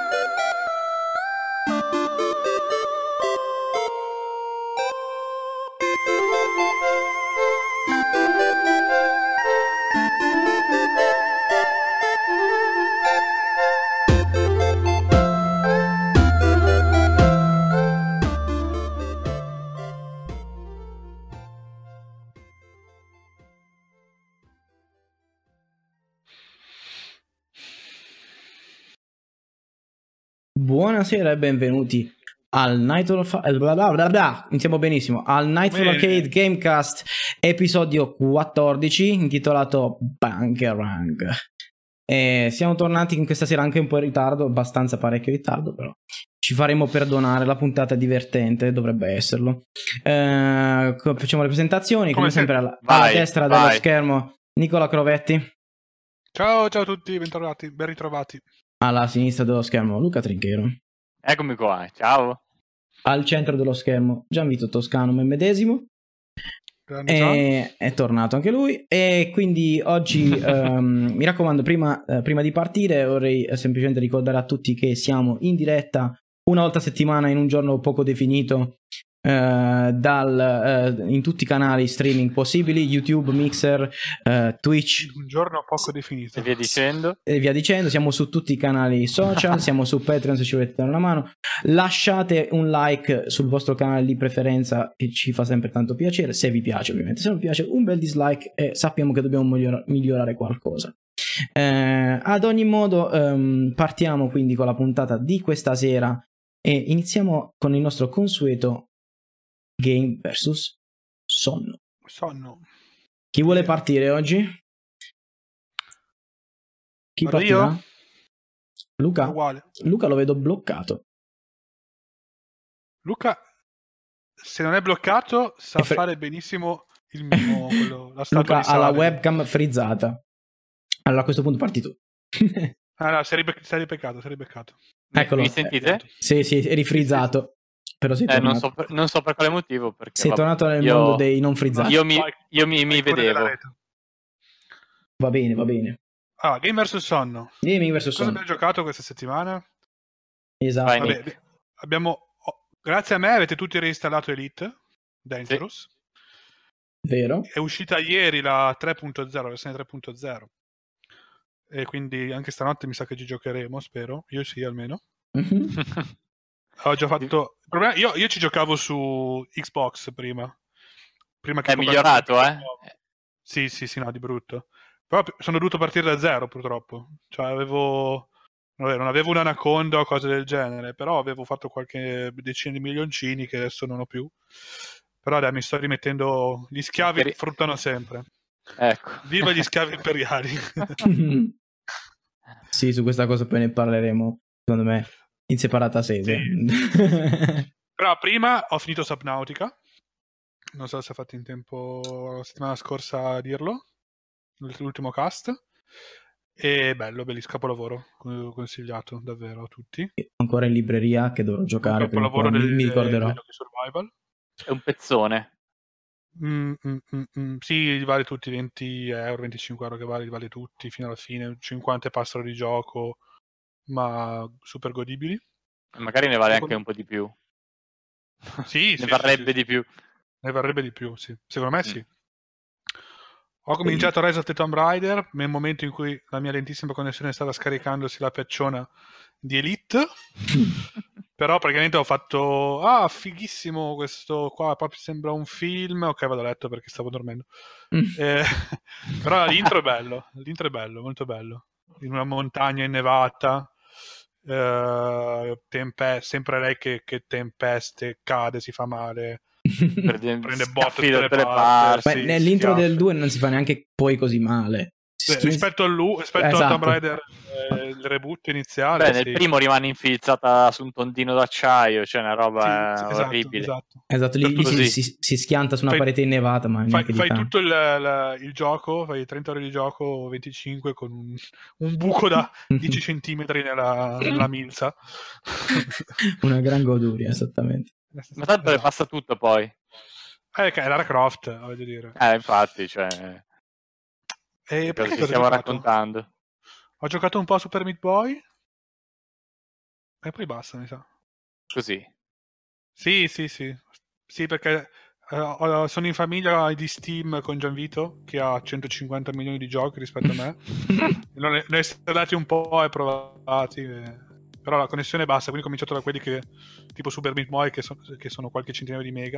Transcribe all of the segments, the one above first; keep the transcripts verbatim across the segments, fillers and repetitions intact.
Buonasera e benvenuti al Nightfall of... bla bla bla bla. Iniziamo benissimo al Nightfall Arcade Gamecast episodio quattordici intitolato Bangarang. E siamo tornati in questa sera anche un po' in ritardo, abbastanza parecchio in ritardo, però ci faremo perdonare, la puntata è divertente, dovrebbe esserlo. Eh, facciamo le presentazioni, come, come sempre alla, vai, alla destra vai. dello schermo Nicola Crovetti. Ciao, ciao a tutti, bentornati, ben ritrovati. Alla sinistra dello schermo Luca Trinchero. Eccomi qua, ciao. Al centro dello schermo Gianvito Toscano, me medesimo. E, è tornato anche lui. E quindi oggi um, mi raccomando, prima, uh, prima di partire vorrei semplicemente ricordare a tutti che siamo in diretta una volta a settimana in un giorno poco definito, Uh, dal, uh, in tutti i canali streaming possibili, YouTube, Mixer, uh, Twitch, un giorno poco definito e via dicendo e via dicendo. Siamo su tutti i canali social, siamo su Patreon se ci volete dare una mano. Lasciate un like sul vostro canale di preferenza che ci fa sempre tanto piacere, se vi piace ovviamente. Se non vi piace, un bel dislike e sappiamo che dobbiamo migliora- migliorare qualcosa. Uh, ad ogni modo um, partiamo quindi con la puntata di questa sera e iniziamo con il nostro consueto Game versus sonno. Sonno. Chi vuole partire oggi? Chi Vado partirà? io? Luca? Uguale. Luca lo vedo bloccato. Luca, se non è bloccato, sa fre- fare benissimo il mimo, quello, la statua Luca di sale. ha la webcam frizzata. Allora a questo punto parti tu. Ah no, sei ribe- sei ripeccato, sei ribeccato. Eccolo. Mi sentite? Eh, sì, sì, è rifrizzato. Però sei eh, tornato. non, so per, non so per quale motivo. Perché, sei vabbè, tornato nel io, mondo dei non frizzati. Io mi, io mi, mi vedevo. Va bene, va bene. Ah, Game versus sonno. Gaming versus Cosa sonno. abbiamo giocato questa settimana? Esatto. Vai, vabbè, abbiamo, oh, grazie a me avete tutti reinstallato Elite Dangerous. Sì. Vero. È uscita ieri la tre punto zero, la versione tre punto zero. E quindi anche stanotte mi sa che ci giocheremo, spero. Io sì, almeno. Mm-hmm. Ho già fatto... Il problema... io, io ci giocavo su Xbox prima. prima che è migliorato, eh? Sì, sì, sì, no, di brutto. Però sono dovuto partire da zero, purtroppo. Cioè, avevo... non avevo un Anaconda o cose del genere, però avevo fatto qualche decina di milioncini che adesso non ho più. Però dai, mi sto rimettendo... Gli schiavi Imperi... fruttano sempre. Ecco. Viva gli schiavi imperiali. Sì, su questa cosa poi ne parleremo, secondo me, in separata sede. Sì. Però prima ho finito Subnautica. Non so se ho fatto in tempo la settimana scorsa a dirlo, l'ultimo cast. E bello, bellissimo, capolavoro, consigliato davvero a tutti. Ancora in libreria che dovrò giocare, prima capolavoro mi, del, mi ricorderò. del survival. È un pezzone. Mm, mm, mm, mm. Sì, vale tutti, venti euro, venticinque euro che vale, vale tutti fino alla fine, cinquanta passano di gioco, ma super godibili. Magari ne vale Secondo... anche un po' di più. Sì, ne sì, varrebbe sì, di sì. più. Ne varrebbe di più, sì. Secondo me mm. sì. Ho cominciato Rise of the Tomb Raider nel momento in cui la mia lentissima connessione stava scaricandosi la piacciona di Elite. Però praticamente ho fatto ah, fighissimo questo qua, proprio sembra un film. Ok, vado a letto perché stavo dormendo. eh, però l'intro è bello, l'intro è bello, molto bello. In una montagna innevata, eh, tempe- sempre lei che, che tempeste, cade, si fa male. prende, prende botte da tutte le parti. Beh, sì, nell'intro schiaffe. del due non si fa neanche poi così male. Beh, rispetto al Lu, rispetto esatto. a Tomb Raider, eh, il reboot iniziale. Beh, nel sì. primo rimane infilizzata su un tondino d'acciaio, cioè una roba sì, sì, esatto, orribile. Esatto, esatto lì, lì si, si, si schianta su una fai, parete innevata, ma fai, fai fai tutto il, la, il gioco, fai trenta ore di gioco, venticinque con un, un buco da dieci centimetri nella, nella milza. Una gran goduria, esattamente. Ma tanto le passa tutto poi. Eh, che è Lara Croft, voglio dire. Eh, infatti, cioè... E cosa ci stiamo raccontando? Ho giocato un po' a Super Meat Boy. E poi basta, mi sa. Così. Sì, sì, sì. Sì, perché uh, sono in famiglia di Steam con Gianvito, che ha centocinquanta milioni di giochi rispetto a me. Ne ho installati un po' e provati. E... Però la connessione è bassa, quindi ho cominciato da quelli che tipo Super Meat Boy, che, so, che sono qualche centinaio di mega.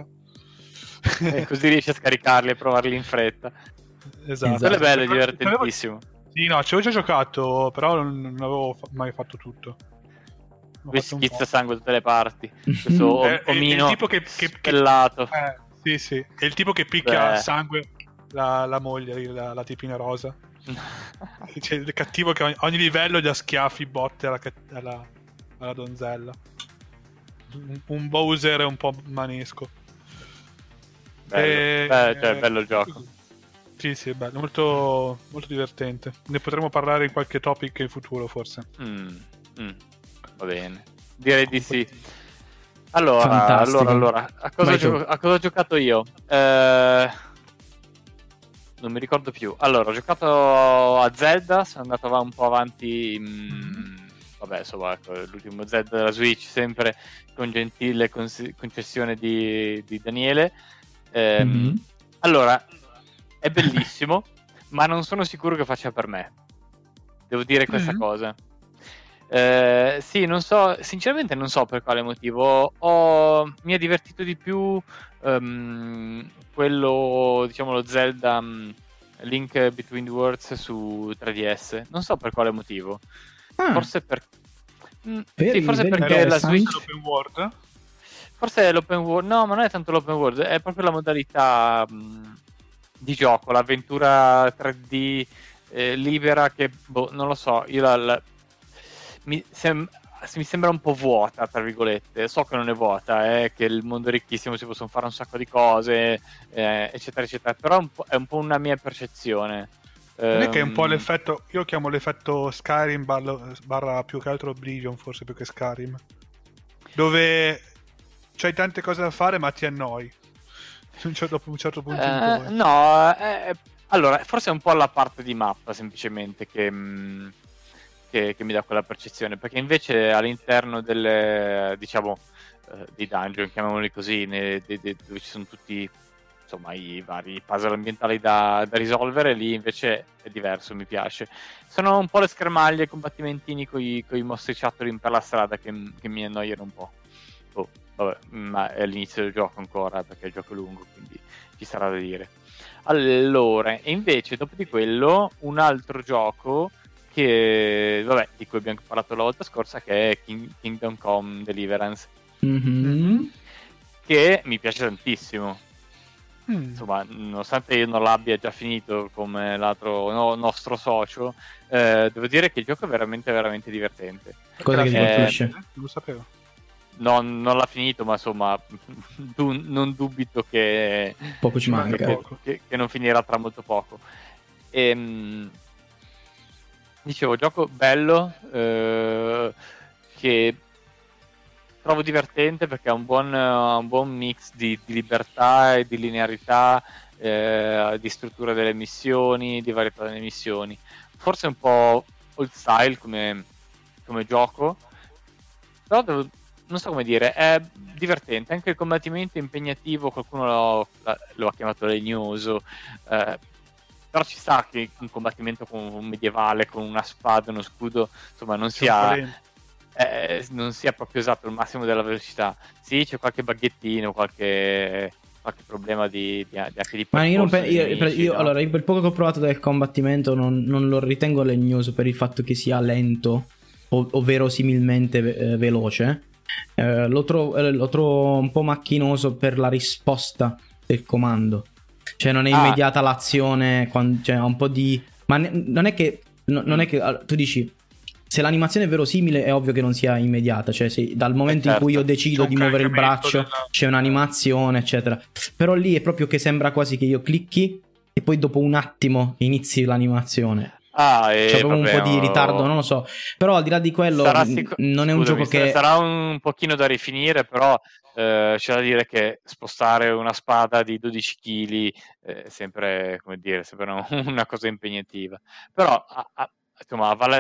E così riesci a scaricarli e provarli in fretta. Esatto. Quello è bello, è Però- divertentissimo. Sì, no, ci avevo già giocato, però non, non avevo fa- mai fatto tutto. Ho Qui fatto un schizza po'. sangue da tutte le parti. Questo È- è- è il omino tipo che, che, che- spellato. eh, sì, sì, è il tipo che picchia Beh. sangue la, la moglie, la, la tipina rosa. C'è il cattivo che ogni, ogni livello gli ha schiaffi botte alla, cat- alla, alla donzella. Un, un Bowser un po' manesco. Bello. E- Beh, cioè, bello il gioco. Sì, sì, è bello, molto, molto divertente. Ne potremo parlare in qualche topic in futuro, forse. Mm, mm, va bene. Direi di Comunque- sì. Allora, Fantastico. allora, allora, a cosa, ho Vai tu. gio- a cosa ho giocato io? Eh, non mi ricordo più. Allora, ho giocato a Zelda, sono andato va- un po' avanti. mm, vabbè, insomma, ecco, l'ultimo Zelda della Switch, sempre con gentile cons- concessione di, di Daniele. Ehm, Mhm. Allora, è bellissimo, ma non sono sicuro che faccia per me. Devo dire questa Mm. cosa. Eh, sì, non so, sinceramente non so per quale motivo. Ho, mi ha divertito di più ehm, quello, diciamo, lo Zelda um, Link Between the Worlds su tre D S. Non so per quale motivo. Ah, Forse per... mm, Veri- sì, forse veri perché la interessante. Switch... L'open world? Forse è l'open world, no, ma non è tanto l'open world, è proprio la modalità mh, di gioco, l'avventura tre D eh, libera che, boh, non lo so, io la, la- mi, sem- mi sembra un po' vuota, tra virgolette. So che non è vuota, eh, che il mondo è ricchissimo, si possono fare un sacco di cose, eh, eccetera, eccetera, però è un po', è un po' una mia percezione. Non è che è un po' Ehm, l'effetto, io chiamo l'effetto Skyrim barra, barra più che altro Oblivion, forse più che Skyrim, dove c'hai tante cose da fare ma ti annoi un certo- dopo un certo punto in Eh, poi. no, eh, allora, forse è un po' la parte di mappa semplicemente che, mh, che, che mi dà quella percezione, perché invece all'interno delle, diciamo, eh, dei dungeon, chiamiamoli così, ne- de- de- dove ci sono tutti, insomma, i vari puzzle ambientali da, da risolvere, lì invece è diverso, mi piace. Sono un po' le schermaglie, i combattimentini con i mostriciattoli per la strada che, che mi annoiano un po'. Oh, vabbè, ma è all'inizio del gioco ancora, perché il gioco è lungo, quindi ci sarà da dire. Allora, e invece dopo di quello, un altro gioco che, vabbè, di cui abbiamo parlato la volta scorsa, che è King- Kingdom Come Deliverance, Mhm. che mi piace tantissimo. Mm. Insomma, nonostante io non l'abbia già finito come l'altro no, nostro socio, eh, devo dire che il gioco è veramente, veramente divertente. Cosa che ti Eh, colpisce? Non lo sapevo. Non, non l'ha finito, ma insomma, du- non dubito che, Poco ci Ci manca manca. che, poco. che- che non finirà tra molto poco. Ehm, dicevo, gioco bello, eh, che trovo divertente perché ha un buon, ha un buon mix di, di libertà e di linearità, eh, di struttura delle missioni, di varietà delle missioni. Forse un po' old style come, come gioco, però devo- non so come dire, è divertente. Anche il combattimento è impegnativo, qualcuno lo, la- lo ha chiamato legnoso, eh, però ci sta che un combattimento con un medievale, con una spada, uno scudo, insomma, non C'è un po' sia, lento. eh, non sia proprio esatto il massimo della velocità. Sì, c'è qualche baghettino, qualche, qualche problema di, di, di anche di Ma io, non percorso pe- dei io- nemici, io- no? allora, io per poco che ho provato del combattimento non, non lo ritengo legnoso per il fatto che sia lento o, o verosimilmente eh, veloce. Eh, lo, trovo, eh, lo trovo un po' macchinoso per la risposta del comando. Cioè non è Ah. immediata l'azione, quan- cioè ha un po' di... Ma ne- non è che... no- non è che allora, tu dici... Se l'animazione è verosimile è ovvio che non sia immediata. Cioè se dal momento Eh, in cui io certo. decido C'è di un muovere il caricamento braccio della- c'è un'animazione eccetera. Però lì è proprio che sembra quasi che io clicchi e poi dopo un attimo inizi l'animazione. Ah, e C'è proprio vabbè, un po' di oh, ritardo, non lo so. Però al di là di quello sarà mh, sicu- non è un scusami, gioco che... sarà un pochino da rifinire, però eh, c'è da dire che spostare una spada di dodici chili è sempre, come dire, sempre una, una cosa impegnativa. Però a- a- insomma, vale,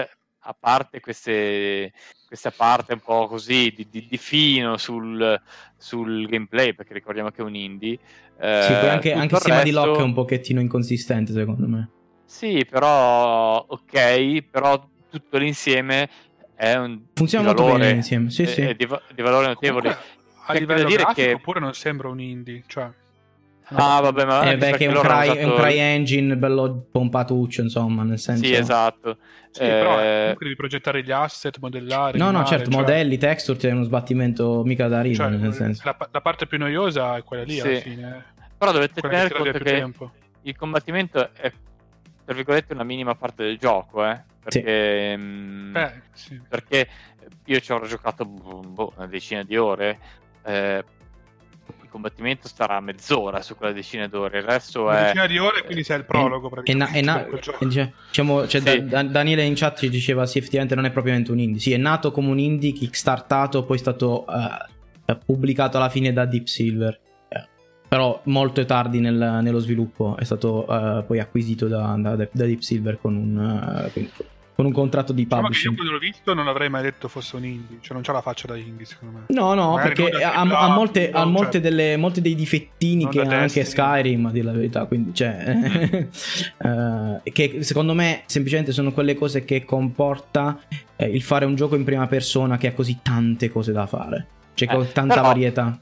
a parte queste, questa parte un po' così di, di, di fino sul, sul gameplay, perché ricordiamo che è un indie. Eh, sì, poi anche, anche il sistema resto... di lock è un pochettino inconsistente, secondo me. Sì, però ok, però tutto l'insieme è un funziona di molto valore, bene insieme, sì, è, sì. È di, di valore notevole. Comunque, a C'è livello da dire grafico che pure non sembra un indie, cioè ah vabbè, ma eh, beh, che è un, loro cry, usato... è un CryEngine bello pompatuccio, insomma, nel senso. Sì, esatto. Sì, eh... però comunque devi progettare gli asset, modellare. No, animare, no, certo, cioè... modelli, texture, c'è uno sbattimento mica da ridere, cioè, nel senso. La, la parte più noiosa è quella lì, sì. alla fine. Però dovete quella tenere che conto che tempo. il combattimento è, tra virgolette, una minima parte del gioco, eh? Perché, sì. Mh, eh, sì. perché io ci ho giocato boh, una decina di ore. Eh, il combattimento starà mezz'ora su quella decina d'ore, il resto una è decina di ore, quindi sei il prologo e, na, e na, diciamo, cioè, sì. da, da, Daniele in chat ci diceva sì, effettivamente non è propriamente un indie, sì, è nato come un indie, kickstartato, poi è stato uh, pubblicato alla fine da Deep Silver, uh, però molto tardi nel, nello sviluppo è stato uh, poi acquisito da, da, da Deep Silver con un uh, con un contratto di diciamo publishing. Che io quando l'ho visto non avrei mai detto fosse un indie, cioè non c'ha la faccia da indie secondo me. No, no, magari perché ha, ha molte, ha molte cioè, delle, molti dei difettini che ha anche Skyrim, a dire la verità, quindi cioè uh, che secondo me semplicemente sono quelle cose che comporta eh, il fare un gioco in prima persona che ha così tante cose da fare, cioè con eh, tanta però, varietà.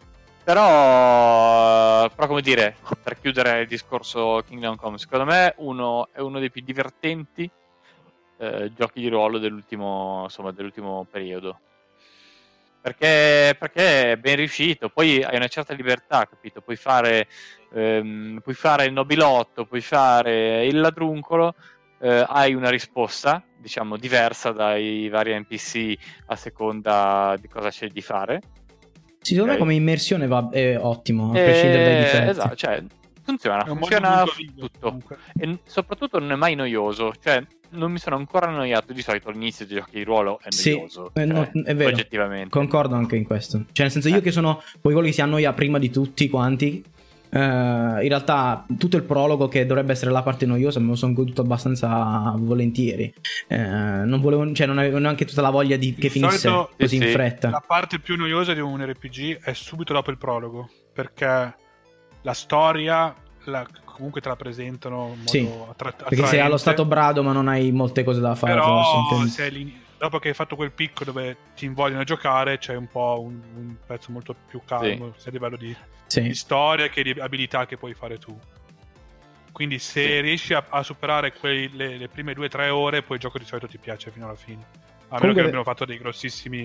Però, però come dire, per chiudere il discorso Kingdom Come, secondo me uno è uno dei più divertenti Eh, giochi di ruolo dell'ultimo, insomma, dell'ultimo periodo, perché, perché è ben riuscito, poi hai una certa libertà, capito? Puoi fare, ehm, puoi fare il nobilotto, puoi fare il ladruncolo, eh, hai una risposta, diciamo, diversa dai vari N P C a seconda di cosa scegli di fare. Sì, secondo okay. me come immersione va, è ottimo, a prescindere dai difetti. Esatto, cioè funziona, funziona tutto e soprattutto non è mai noioso, cioè non mi sono ancora annoiato. Di solito all'inizio dei giochi di ruolo è noioso, sì, cioè, no, è vero, oggettivamente concordo anche in questo, cioè nel senso io eh. che sono poi quello che si annoia prima di tutti quanti, uh, in realtà tutto il prologo che dovrebbe essere la parte noiosa me lo sono goduto abbastanza volentieri, uh, non volevo, cioè non avevo neanche tutta la voglia di che finisse solito, così sì, in fretta. La parte più noiosa di un R P G è subito dopo il prologo, perché la storia la, comunque te la presentano in modo sì, attra- perché sei allo stato brado ma non hai molte cose da fare, però forse, sei dopo che hai fatto quel picco dove ti invogliono a giocare c'è un po' un, un pezzo molto più calmo, sì. sia a livello di, sì. di storia che di abilità che puoi fare tu, quindi se sì. riesci a, a superare quei, le, le prime due o tre ore poi il gioco di solito ti piace fino alla fine, a meno che abbiano fatto dei grossissimi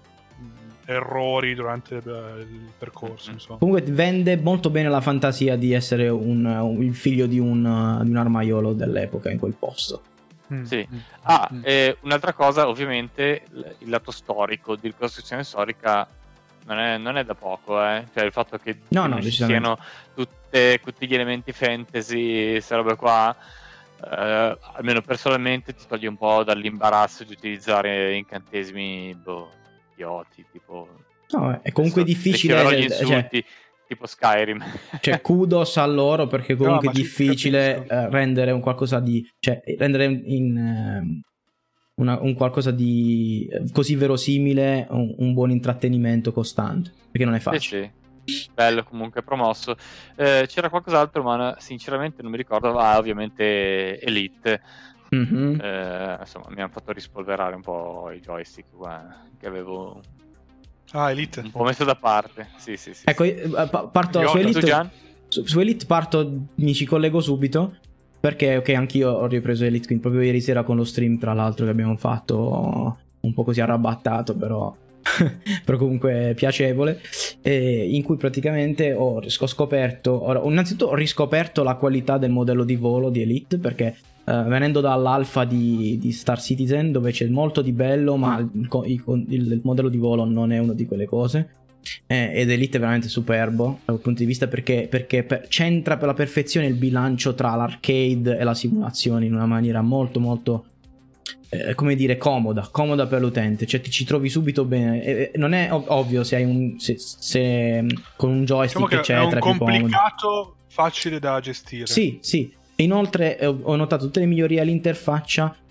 errori durante il percorso, insomma. Comunque vende molto bene la fantasia di essere un, un, il figlio di un, di un armaiolo dell'epoca in quel posto. Mm. Sì. Ah, mm. eh, un'altra cosa, ovviamente, il lato storico di ricostruzione storica non è, non è da poco, eh. Cioè il fatto che no, no, ci siano tutte, tutti gli elementi fantasy, queste robe qua, eh, almeno personalmente ti toglie un po' dall'imbarazzo di utilizzare incantesimi, boh, idioti, tipo no, è comunque difficile, gli insulti, cioè, tipo Skyrim, cioè kudos a loro, perché comunque no, è difficile uh, rendere un qualcosa di, cioè rendere in uh, una, un qualcosa di uh, così verosimile un, un buon intrattenimento costante, perché non è facile. Sì, sì. Bello, comunque promosso. Eh, c'era qualcos'altro, ma sinceramente non mi ricordo. Ah, ovviamente Elite. Mm-hmm. Eh, insomma, mi hanno fatto rispolverare un po' i joystick qua che avevo ah, Elite. un po' messo da parte. Sì, sì, sì. Ecco, sì. parto Io, su Elite. Su, su Elite parto, mi ci collego subito. Perché, ok, anch'io ho ripreso Elite quindi proprio ieri sera con lo stream, tra l'altro, che abbiamo fatto un po' così arrabattato, però. però comunque piacevole, eh, in cui praticamente ho, ho scoperto, ho, innanzitutto ho riscoperto la qualità del modello di volo di Elite, perché Uh, venendo dall'alfa di, di Star Citizen, dove c'è molto di bello, ma il, il, il modello di volo non è una di quelle cose, eh, ed Elite è veramente superbo dal punto di vista perché, perché per, c'entra per la perfezione il bilancio tra l'arcade e la simulazione in una maniera molto molto eh, come dire comoda comoda per l'utente, cioè ti ci trovi subito bene, e, e non è ov- ovvio se hai un se, se con un joystick diciamo eccetera è un complicato facile da gestire. Sì, sì. E inoltre ho notato tutte le migliorie all'interfaccia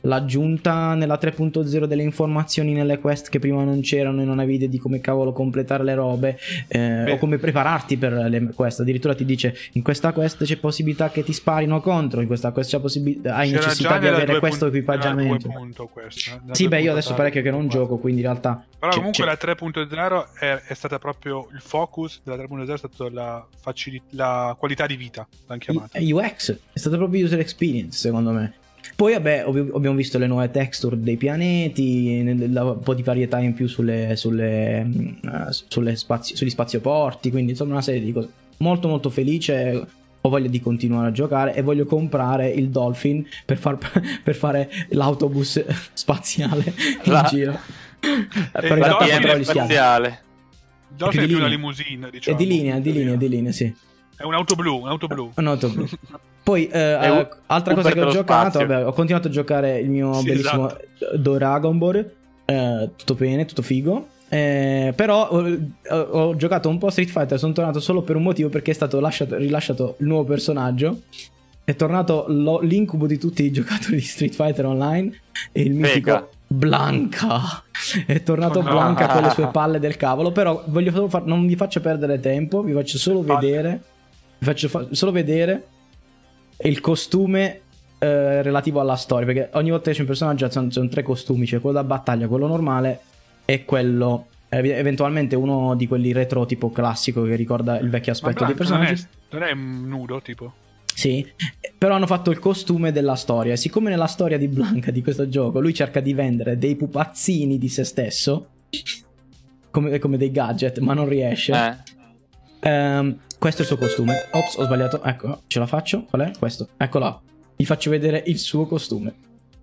l'aggiunta nella tre punto zero delle informazioni nelle quest che prima non c'erano e non avevi idea di come cavolo completare le robe, eh, o come prepararti per le quest. Addirittura ti dice in questa quest c'è possibilità che ti sparino contro, in questa quest c'è possibilità, hai C'era necessità di avere questo punto, equipaggiamento. Punto questo, eh, sì, beh, io adesso parecchio che non gioco, quindi in realtà però c'è, comunque c'è. la tre punto zero è, è stata proprio il focus della tre punto zero, è stato la, facili- la qualità di vita, l'hanno chiamata. U X è stata proprio user experience, secondo me. Poi vabbè, ob- abbiamo visto le nuove texture dei pianeti, un po' di varietà in più sulle, sulle, uh, sulle spazi- sugli spazioporti, quindi insomma una serie di cose. Molto molto felice, ho voglia di continuare a giocare e voglio comprare il Dolphin per, far, per fare l'autobus spaziale La... in giro. Per il Dolphin spaziale. Il Dolphin è più una limousine, diciamo. È di linea, di linea, di linea, sì. È un'auto blu, un'auto blu. Un'auto blu. Poi eh, un, altra cosa che ho giocato, vabbè, ho continuato a giocare il mio sì, bellissimo esatto. Dragon Ball, eh, tutto bene, tutto figo. Eh, però ho, ho giocato un po' Street Fighter, sono tornato solo per un motivo, perché è stato lasciato, rilasciato il nuovo personaggio. È tornato lo, l'incubo di tutti i giocatori di Street Fighter Online, e il mitico Mega. Blanca. È tornato oh, Blanca no. con le sue palle del cavolo. Però voglio solo far, non vi faccio perdere tempo, vi faccio solo vedere, vi faccio fa- solo vedere il costume eh, relativo alla storia, perché ogni volta che c'è un personaggio sono, sono tre costumi, c'è quello da battaglia, quello normale e quello eh, eventualmente uno di quelli retro tipo classico che ricorda il vecchio aspetto dei personaggi. Non è, non è nudo tipo? Sì, però hanno fatto il costume della storia, e siccome nella storia di Blanca di questo gioco lui cerca di vendere dei pupazzini di se stesso come, come dei gadget, ma non riesce. eh. um, Questo è il suo costume. Ops, ho sbagliato. Ecco, ce la faccio. Qual è? Questo. Ecco là. Vi faccio vedere il suo costume.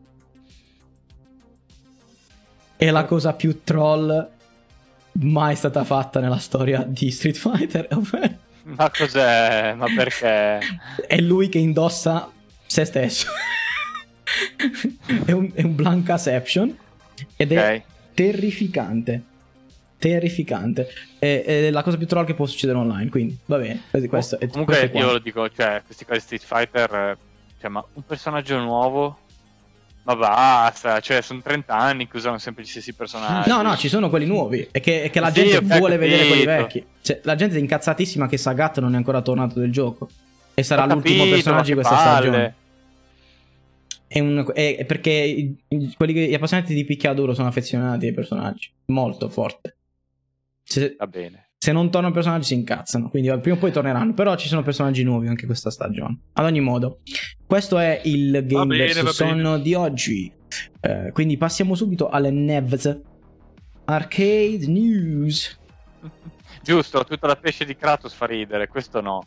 È la cosa più troll mai stata fatta nella storia di Street Fighter. Ma cos'è? Ma perché? È lui che indossa se stesso. È un, è un Blancaception. Ed okay. è terrificante. Terrificante. È, è la cosa più troll che può succedere online. Quindi va bene. Questo è, comunque questo è io lo dico, cioè questi casi Street Fighter, cioè, ma un personaggio nuovo, ma basta, cioè sono trenta anni che usano sempre gli stessi personaggi. No no, ci sono quelli nuovi. È che, è che la sì, gente vuole capito. vedere quelli vecchi. Cioè, la gente è incazzatissima che Sagat non è ancora tornato del gioco e sarà ho l'ultimo capito, personaggio di questa palle. stagione. È, un, è, è perché i, quelli che, gli appassionati di picchiaduro sono affezionati ai personaggi molto forte. Se, Va bene. Se non tornano personaggi si incazzano, quindi prima o poi torneranno. Però ci sono personaggi nuovi anche questa stagione. Ad ogni modo, questo è il Game versus. Son di oggi. eh, Quindi passiamo subito alle Nevs Arcade News. Giusto, tutta la pesce di Kratos fa ridere, questo no.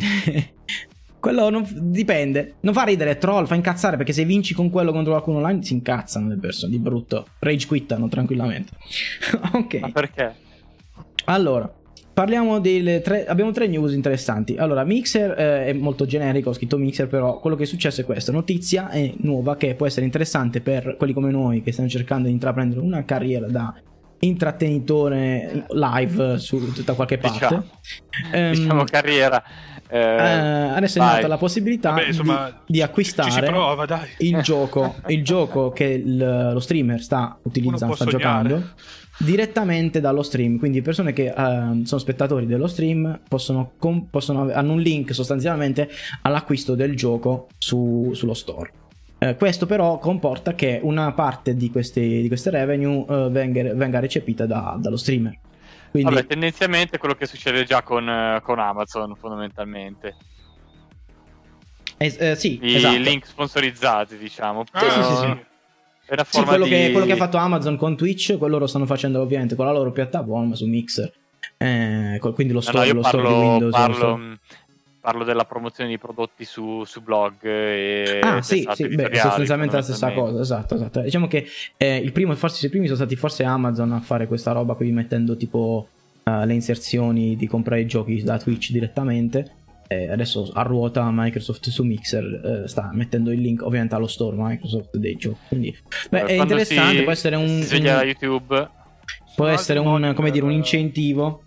Quello non, dipende. Non fa ridere, è troll, fa incazzare, perché se vinci con quello contro qualcuno online si incazzano le persone di brutto. Rage quittano tranquillamente. Ok. Ma perché? Allora, parliamo delle tre. Abbiamo tre news interessanti. Allora, Mixer eh, è molto generico, ho scritto Mixer, però quello che è successo è questo. Notizia è nuova che può essere interessante per quelli come noi che stanno cercando di intraprendere una carriera da intrattenitore live su tutta qualche parte. Diciamo, um, diciamo carriera. Eh, uh, adesso è nata la possibilità Vabbè, insomma, di, di acquistare prova, dai. il gioco, il gioco che il, lo streamer sta utilizzando, sta sognare. giocando direttamente dallo stream. Quindi persone che uh, sono spettatori dello stream possono, com- possono hanno un link sostanzialmente all'acquisto del gioco su, sullo store. Uh, questo però comporta che una parte di questi di queste revenue uh, venga, venga recepita da, dallo streamer. Quindi... Vabbè, tendenzialmente è quello che succede già con, uh, con Amazon, fondamentalmente. Eh, eh, sì, i esatto. link sponsorizzati, diciamo. Ah, sì, sì, sì. È una sì, forma quello, di... che, quello che ha fatto Amazon con Twitch, quello lo stanno facendo ovviamente con la loro piattaforma su Mixer. Eh, quindi lo store, no, no, io lo parlo, store di Windows. Parlo, parlo della promozione di prodotti su, su blog e ah sì, sì beh, sostanzialmente la stessa cosa, esatto, esatto. Diciamo che eh, il primo, forse i primi sono stati forse Amazon a fare questa roba qui, mettendo tipo uh, le inserzioni di comprare i giochi da Twitch direttamente. Eh, adesso a ruota Microsoft su Mixer eh, sta mettendo il link ovviamente allo store Microsoft dei giochi. Quindi beh, è interessante, si, può essere un, si sveglia un YouTube, può essere un, come dire, un incentivo.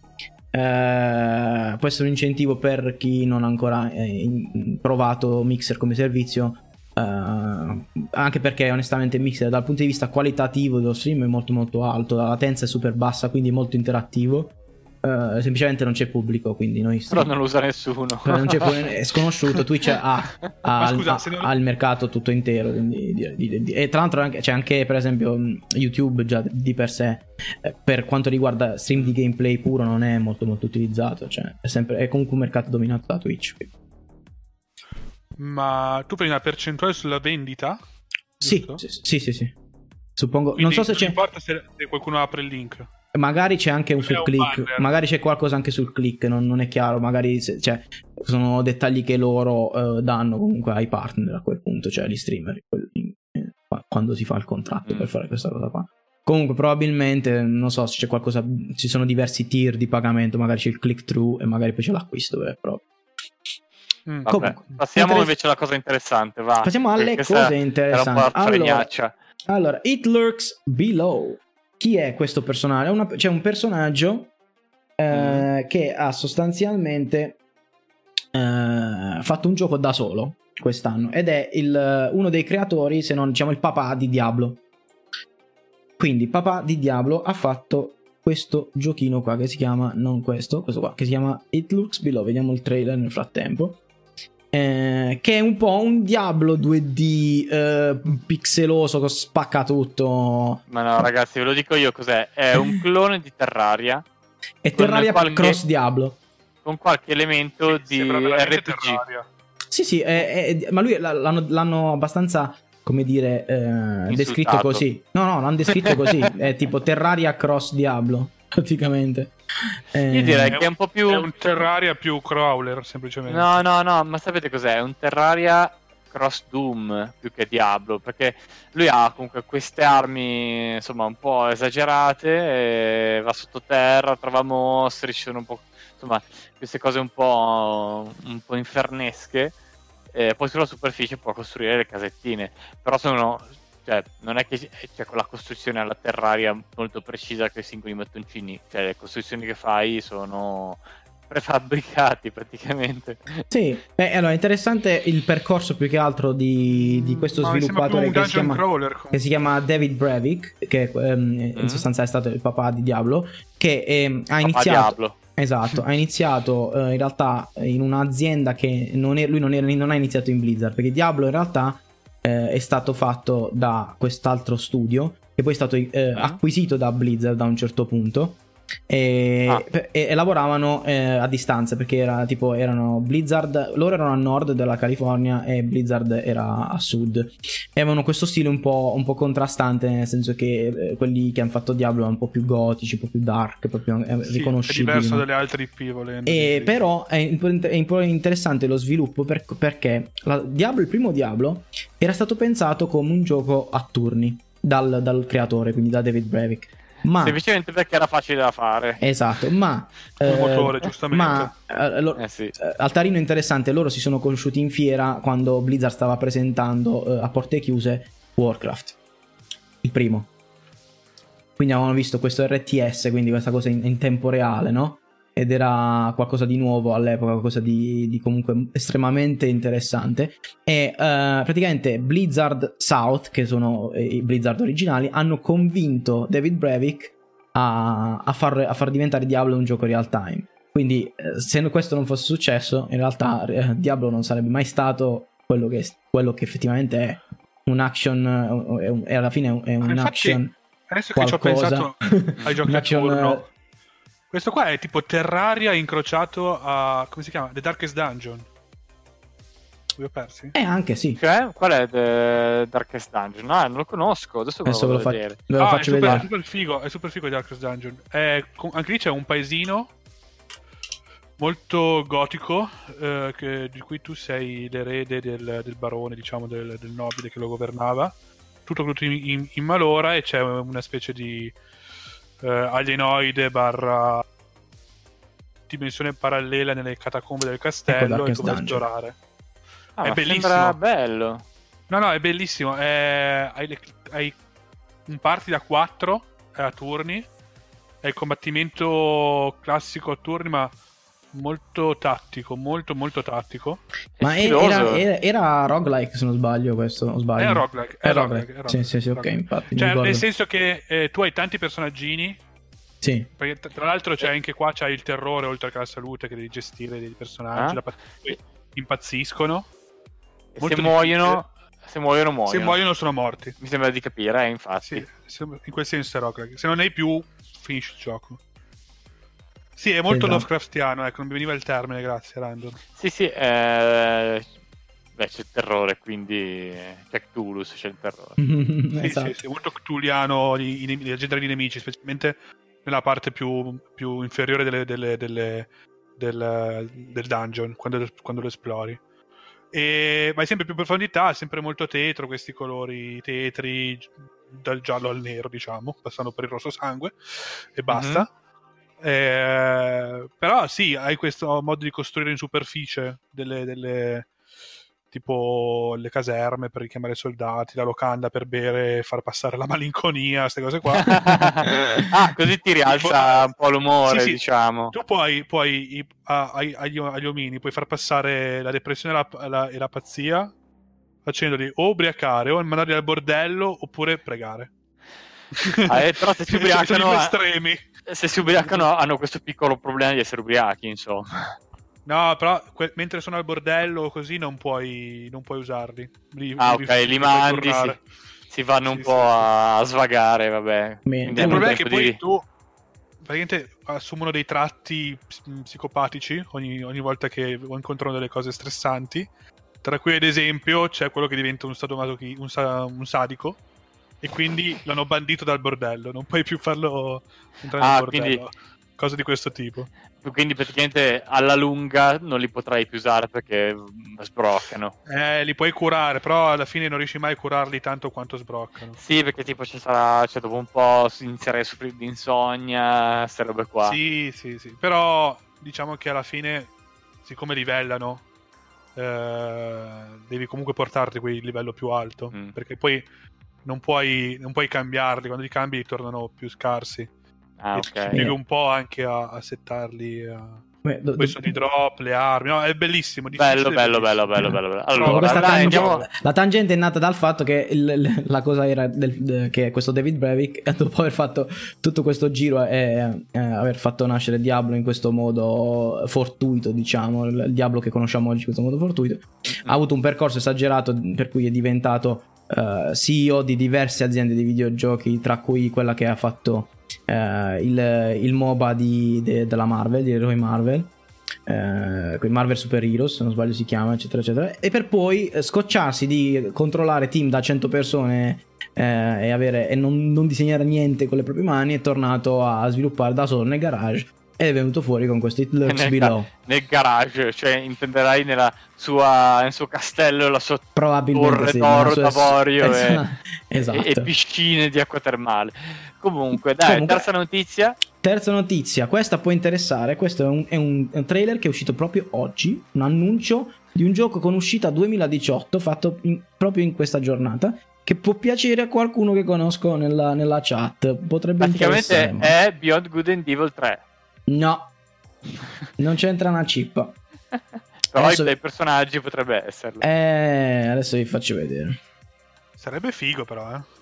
Uh, può essere un incentivo per chi non ha ancora eh, in, provato Mixer come servizio Uh, anche perché onestamente Mixer dal punto di vista qualitativo dello stream è molto molto alto, la latenza è super bassa, quindi è molto interattivo. Uh, semplicemente non c'è pubblico, quindi noi però non lo usa nessuno, non c'è, è sconosciuto. Twitch ha, ha, scusa, ha, non... ha il mercato tutto intero, quindi, di, di, di, e tra l'altro anche, c'è anche per esempio YouTube già di per sé, eh, per quanto riguarda stream di gameplay puro non è molto molto utilizzato, cioè è, sempre, è comunque un mercato dominato da Twitch. Ma tu prendi una percentuale sulla vendita? Sì, sì, sì, sì, sì. Suppongo. Quindi non so se c'è. Non importa se, se qualcuno apre il link. Magari c'è anche un sul un click. banner. Magari c'è qualcosa anche sul click. Non, non è chiaro. Magari se, cioè, sono dettagli che loro uh, danno comunque ai partner a quel punto, cioè agli streamer. Quelli, eh, quando si fa il contratto mm. per fare questa cosa qua. Comunque, probabilmente, non so se c'è qualcosa. Ci sono diversi tier di pagamento. Magari c'è il click through e magari poi c'è l'acquisto vero e proprio. Mm, Comunque, passiamo interess- invece alla cosa interessante, va. Passiamo alle cose interessanti. Allora, allora, It Lurks Below. Chi è questo personaggio? Una, c'è un personaggio eh, mm. che ha sostanzialmente eh, fatto un gioco da solo quest'anno ed è il, uno dei creatori, se non diciamo il papà di Diablo. Quindi papà di Diablo ha fatto questo giochino qua che si chiama, non questo, questo qua, che si chiama It Lurks Below. Vediamo il trailer nel frattempo. Eh, che è un po' un Diablo due D eh, pixeloso che spacca tutto. Ma no ragazzi, ve lo dico io cos'è. È un clone di Terraria. È Terraria qualche... cross Diablo, con qualche elemento sì, di R P G. Terraria. Sì sì è, è, ma lui l'hanno, l'hanno abbastanza, come dire, eh, descritto così. No no l'hanno descritto così. È tipo Terraria cross Diablo praticamente. Eh, Io direi che è un po' più è un Terraria più crawler semplicemente. No no no, ma sapete cos'è? È un Terraria cross Doom più che Diablo, perché lui ha comunque queste armi insomma un po' esagerate, e va sottoterra, trova mostri, ci sono un po' insomma queste cose un po' un po' infernesche, e poi sulla superficie può costruire le casettine, però sono, cioè non è che c'è quella costruzione alla Terraria molto precisa che singoli mattoncini, cioè le costruzioni che fai sono prefabbricati praticamente. Sì, beh, allora è interessante il percorso più che altro di, di questo no, sviluppatore che si, chiama, che si chiama David Brevik, che um, mm. in sostanza è stato il papà di Diablo, che eh, ha iniziato Diablo. Esatto, ha iniziato eh, in realtà in un'azienda che non è, lui non, è, non ha iniziato in Blizzard, perché Diablo in realtà eh, è stato fatto da quest'altro studio che poi è stato eh, ah. acquisito da Blizzard da un certo punto. E, ah. e, e lavoravano eh, a distanza, perché era tipo erano Blizzard, loro erano a nord della California e Blizzard era a sud, e avevano questo stile un po', un po' contrastante, nel senso che eh, quelli che hanno fatto Diablo erano un po' più gotici, un po' più dark, proprio eh, sì, riconoscibili, è diverso no? dalle altre I P volendo. E però è, è interessante lo sviluppo per, perché la, Diablo, il primo Diablo era stato pensato come un gioco a turni dal, dal creatore, quindi da David Brevik. Ma, semplicemente perché era facile da fare. Esatto, ma eh, motore, giustamente. Ma eh, lo, eh sì. eh, Altarino interessante, loro si sono conosciuti in fiera quando Blizzard stava presentando eh, a porte chiuse Warcraft, il primo. Quindi avevano visto questo R T S, quindi questa cosa in, in tempo reale, no? Ed era qualcosa di nuovo all'epoca, qualcosa di, di comunque estremamente interessante. E uh, praticamente Blizzard South, che sono eh, i Blizzard originali, hanno convinto David Brevik a, a, far, a far diventare Diablo un gioco real time. Quindi eh, se questo non fosse successo, in realtà eh, Diablo non sarebbe mai stato quello che, quello che effettivamente è un action, è un, è alla fine è un Infatti, action adesso che qualcosa. ci ho pensato ai giochi a turno, questo qua è tipo Terraria incrociato a, come si chiama? The Darkest Dungeon. Vi ho persi? Eh, anche sì. Cioè, qual è The Darkest Dungeon? No, non lo conosco, adesso, adesso ve lo, fa- vedere. ve lo ah, faccio è super, vedere. È super figo, è super figo The Darkest Dungeon. È, anche lì c'è un paesino molto gotico, eh, che, di cui tu sei l'erede del, del barone, diciamo, del, del nobile che lo governava. Tutto tutto in, in, in malora, e c'è una specie di eh, alienoide barra dimensione parallela nelle catacombe del castello, ecco, e come esplorare. Ah, è bellissimo. Sembra bello. No, no, è bellissimo. È... Hai, le... Hai un party da quattro a turni. È il combattimento classico a turni, ma molto tattico, molto molto tattico. Ma È era, stiloso. era, era roguelike, se non sbaglio, questo, o sbaglio? È roguelike, è È roguelike, roguelike. è Sì, roguelike, sì, sì, ok, roguelike. infatti. mi Cioè, ricordo. nel senso che eh, tu hai tanti personaggini, Sì. perché tra- tra l'altro c'è anche qua c'hai il terrore oltre che la salute che devi gestire dei personaggi, Ah. la part- poi impazziscono. E molto se muoiono, se muoiono, muoiono. Se muoiono sono morti. Mi sembra di capire, eh, infatti. Sì, se- in quel senso è roguelike. Se non hai più, finisci il gioco. Sì, è molto Esatto. Lovecraftiano, ecco, non mi veniva il termine, grazie Random. Sì, sì, eh... beh, c'è il terrore, quindi Cthulhus c'è il terrore. Sì, Esatto. sì, sì, molto cthulhiano i, i, il genere di nemici, specialmente nella parte più, più inferiore delle, delle, delle, del, del dungeon, quando, quando lo esplori. E vai sempre più in profondità, sempre molto tetro, questi colori tetri, dal giallo al nero, diciamo, passando per il rosso sangue, e basta. Mm-hmm. Eh, però sì, hai questo modo di costruire in superficie delle, delle tipo le caserme per richiamare i soldati, la locanda per bere e far passare la malinconia, queste cose qua. Ah, così ti rialza un po' l'umore, Sì, sì. diciamo. Tu puoi, puoi i- a- ai- agli, agli omini puoi far passare la depressione e la, la- e la pazzia facendoli o ubriacare o mandarli al bordello oppure pregare. Ah, eh, però se si Sono i ubriacano, due estremi. se si ubriacano hanno questo piccolo problema di essere ubriachi, insomma. No, però que- mentre sono al bordello così non puoi, non puoi usarli. Li, Ah, li- ok, li li mandi, puoi si, tornare. si vanno Sì, un sì, po' sì. a svagare, vabbè. Bene. Quindi Il hanno problema è che tempo poi di- tu praticamente assumono dei tratti ps- psicopatici ogni, ogni volta che incontrano delle cose stressanti, tra cui ad esempio c'è quello che diventa un sadomasochi- un, sa- un sadico e quindi l'hanno bandito dal bordello, non puoi più farlo entrare Ah, nel bordello, cose di questo tipo. Quindi praticamente alla lunga non li potrai più usare perché mm, sbroccano. Eh, li puoi curare, però alla fine non riesci mai a curarli tanto quanto sbroccano. Sì, perché tipo ci sarà, cioè dopo un po' si inizierà a soffrire di insonnia, queste robe qua. Sì, sì, sì. Però diciamo che alla fine, siccome livellano, eh, devi comunque portarti quel livello più alto. Mm. Perché poi non puoi, non puoi cambiarli. Quando li cambi tornano più scarsi. Ah, e ci ok. pieghi un po' anche a, a settarli. A... Beh, do- Poi do- sono i drop, le armi. No, è bellissimo. Bello, difficile, bello, bellissimo. bello, bello, bello, bello. No, Allora, questa dai, tangente- andiamo... La tangente è nata dal fatto che il- il- la cosa era del- de- che questo David Brevik, dopo aver fatto tutto questo giro e eh, aver fatto nascere Diablo in questo modo fortuito, diciamo, il il Diablo che conosciamo oggi in questo modo fortuito, ha avuto un percorso esagerato per cui è diventato eh, C E O di diverse aziende di videogiochi, tra cui quella che ha fatto eh, il, il MOBA di, de- della Marvel, di eroi Marvel. Eh, quel Marvel Super Heroes, se non sbaglio si chiama, eccetera eccetera, e per poi eh, scocciarsi di controllare team da cento persone eh, e, avere, e non, non disegnare niente con le proprie mani. È tornato a sviluppare da solo nel garage ed è venuto fuori con questo It Lurks nel, Below. ga- nel garage, cioè intenderai nella sua, nel suo castello, la sua Probabilmente torre sì, d'oro, nella sua- d'avorio e, Esa- esatto. e, e piscine di acqua termale. Comunque, dai, Comunque- terza notizia. Terza notizia, questa può interessare. Questo è un, è un- è un trailer che è uscito proprio oggi, un annuncio di un gioco con uscita duemiladiciotto fatto in- proprio in questa giornata, che può piacere a qualcuno che conosco nella, nella chat. Potrebbe Praticamente interessare. è Beyond Good and Evil tre. No, non c'entra una chippa. Però Adesso- dai personaggi potrebbe esserlo. Eh, adesso vi faccio vedere. Sarebbe figo, però, eh.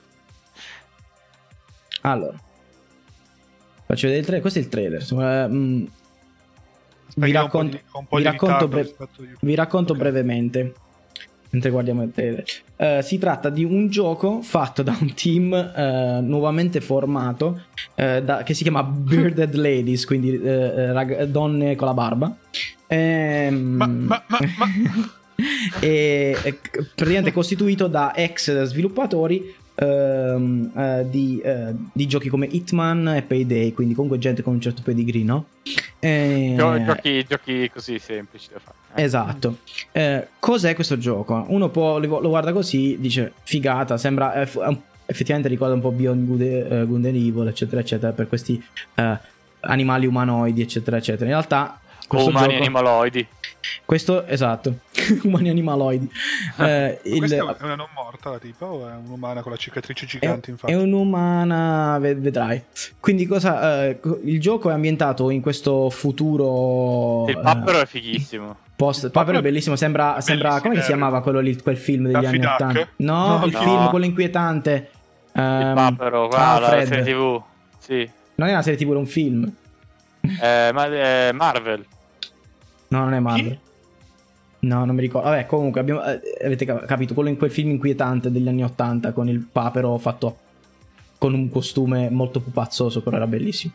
Allora, faccio vedere il trailer. Questo è il trailer. Eh, mm, vi Perché ho un po' racconto, di- ho un po' vi di racconto, ritardo bre- rispetto io. vi racconto Ok. brevemente mentre guardiamo il trailer. Eh, si tratta di un gioco fatto da un team eh, nuovamente formato eh, da- che si chiama Bearded Ladies, quindi eh, eh, rag- donne con la barba. Ehm, Ma- ma- ma- ma- e è praticamente costituito da ex sviluppatori ehm, eh, di, eh, di giochi come Hitman e Payday, quindi comunque gente con un certo pedigree, no? Eh, Gio- giochi, giochi così semplici da fare. Eh. Esatto. Eh, cos'è questo gioco? Uno può, lo guarda così, dice figata, sembra eh, fu- effettivamente ricorda un po' Beyond Good, eh, Good and Evil, eccetera eccetera, per questi eh, animali umanoidi, eccetera eccetera. In realtà O questo umani gioco, animaloidi. Questo, esatto, umani animaloidi. Eh, il, questa è una non morta la tipa o è un'umana con la cicatrice gigante? È, infatti è un'umana, vedrai. Quindi cosa? Eh, il gioco è ambientato in questo futuro. Il papero eh, è fighissimo. Post, il papero è bellissimo. Sembra, sembra come si chiamava quello lì, quel film degli Daffy anni Duck? ottanta? No, No, il no. film, quello inquietante. Il ehm, papero, guarda, la Alfred. serie tivù. Sì. Non è una serie tivù, era un film. Eh, ma è Marvel. No, non è Marvel. No, non mi ricordo. Vabbè, comunque abbiamo, eh, avete capito, quello in quel film inquietante degli anni ottanta con il papero fatto con un costume molto pupazzoso, però era bellissimo.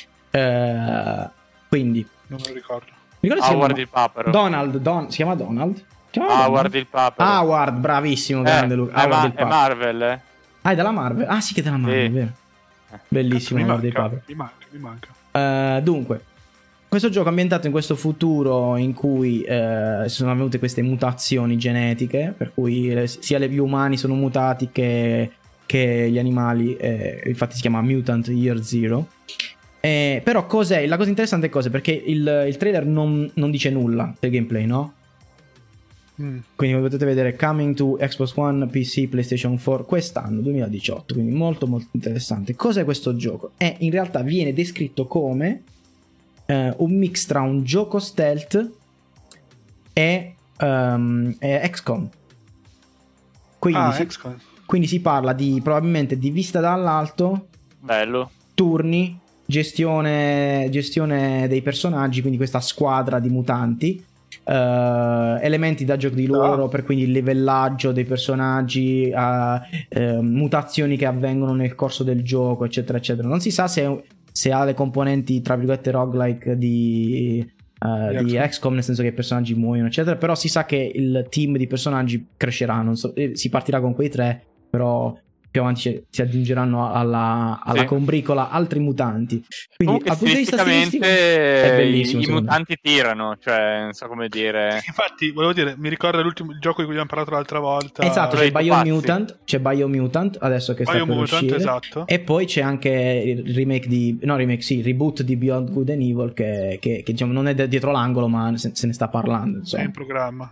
Eh, quindi non me lo ricordo. mi ricordo si Howard chiama il papero. Donald, Don, si chiama Donald? Si chiama Howard Donald? il papero. Howard, bravissimo, Eh, grande Luca. è, Howard ma- il è papero. Marvel, eh? Ah, è della Marvel? Ah, sì che è della Marvel, Sì. vero. Bellissimo, mi Howard il manca, papero. mi manca, mi manca. Eh, dunque, questo gioco è ambientato in questo futuro in cui eh, sono avvenute queste mutazioni genetiche, per cui eh, sia gli umani sono mutati che, che gli animali, eh, infatti si chiama Mutant Year Zero. Eh, però cos'è? La cosa interessante è cos'è? Perché il, il trailer non, non dice nulla del gameplay, no? Mm. Quindi come potete vedere, coming to Xbox One, P C, PlayStation quattro quest'anno, duemiladiciotto, quindi molto molto interessante. Cos'è questo gioco? È, in realtà viene descritto come eh, un mix tra un gioco stealth e, um, e X COM. Quindi, Ah, si, X COM. quindi si parla di probabilmente di vista dall'alto, Bello. turni, gestione, gestione dei personaggi, quindi questa squadra di mutanti. Uh, elementi da gioco di loro, Ah. per quindi il livellaggio dei personaggi, uh, uh, mutazioni che avvengono nel corso del gioco, eccetera eccetera. Non si sa se, se ha le componenti tra virgolette roguelike di, uh, Di di X COM. X COM, nel senso che i personaggi muoiono eccetera, però si sa che il team di personaggi crescerà, non so, eh, si partirà con quei tre, però più avanti ci- si aggiungeranno alla, alla Sì. combricola altri mutanti. Quindi Comunque dal punto di vista stilistico stilisticamente è i, bellissimo, i secondo me. mutanti tirano, cioè non so come dire. Infatti, volevo dire, mi ricorda l'ultimo il gioco di cui abbiamo parlato l'altra volta. Esatto, Quello c'è dei Biomutant, c'è Biomutant adesso che sta per Biomutant, uscire. esatto. E poi c'è anche il remake di no remake sì, reboot di Beyond Good and Evil che, che, che, diciamo non è de- dietro l'angolo, ma se, se ne sta parlando, È insomma. in programma.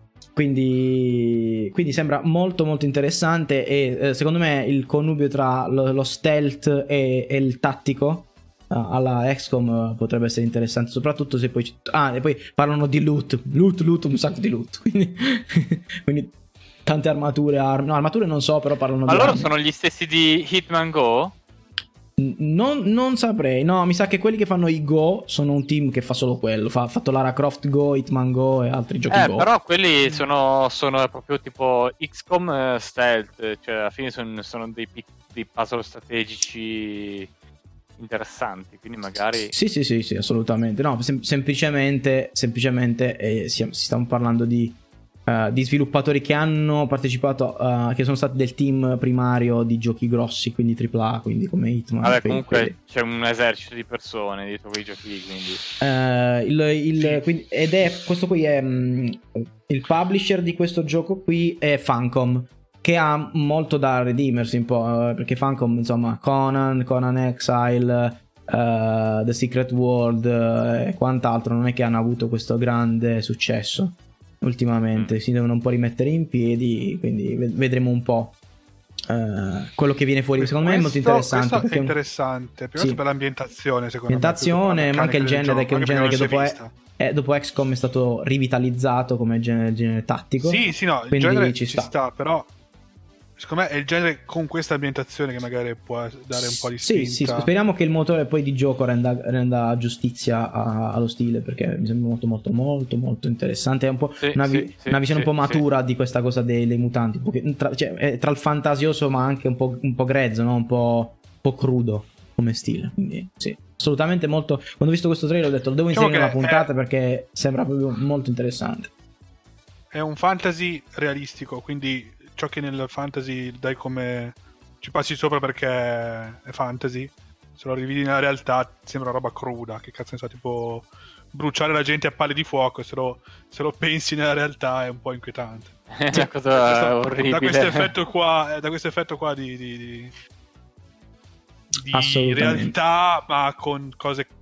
Quindi, quindi sembra molto molto interessante e eh, secondo me il connubio tra lo, lo stealth e, e il tattico uh, alla X COM uh, potrebbe essere interessante, soprattutto se poi ci- ah e poi parlano di loot loot loot un sacco di loot quindi, quindi tante armature armi no armature non so, però parlano Ma di loro armi. sono gli stessi di Hitman Go? Non, non saprei, no, mi sa che quelli che fanno i Go sono un team che fa solo quello, fa, ha fatto Lara Croft Go, Hitman Go e altri giochi Eh, Go. però quelli sono, sono proprio tipo X COM eh, stealth, cioè alla fine sono, sono dei, pic- dei puzzle strategici interessanti, quindi magari. Sì, sì, sì, sì, assolutamente. No, sem- semplicemente, semplicemente eh, si, si stiamo parlando di, eh, di sviluppatori che hanno partecipato, eh, che sono stati del team primario di giochi grossi, quindi tripla A, quindi come Hitman. Vabbè, quindi- comunque c'è un esercito di persone dietro quei giochi lì, quindi. Eh, il, il- quindi- ed è questo qui è mm, il publisher di questo gioco qui è Funcom, che ha molto da redimersi un po', eh, perché Funcom insomma Conan, Conan Exile, eh, The Secret World eh, e quant'altro non è che hanno avuto questo grande successo ultimamente, Mm. si devono un po' rimettere in piedi, quindi ved- vedremo un po' eh, quello che viene fuori. Secondo me è molto Questo- interessante questo perché è interessante, prima Sì. per l'ambientazione, secondo ambientazione, me, ma anche il genere, che è un genere che dopo, è, è eh, dopo X COM è stato rivitalizzato come genere, genere tattico. Sì, sì, no, il Quindi genere ci ci sta. sta. però secondo me è il genere con questa ambientazione che magari può dare un po' di Sì, spinta. sì, speriamo che il motore poi di gioco renda, renda giustizia a- allo stile, perché mi sembra molto molto molto molto interessante. È un po' Sì, una, vi- sì, sì, una visione sì, un po' sì. matura di questa cosa dei, dei mutanti, un po' che- tra, cioè, è tra il fantasioso ma anche un po', un po' grezzo, no? un, po', un po' crudo come stile. Quindi sì, assolutamente molto. Quando ho visto questo trailer ho detto lo devo Diciamo inserire nella che puntata è- perché sembra proprio molto interessante. È un fantasy realistico, quindi ciò che nel fantasy dai come ci passi sopra perché è fantasy, se lo rivedi nella realtà sembra una roba cruda, che cazzo ne so, tipo bruciare la gente a palle di fuoco, se lo, se lo pensi nella realtà è un po' inquietante. È una cosa Questo- orribile. Da questo effetto qua, eh, da questo effetto qua di, di, di, di Assolutamente. realtà, ma con cose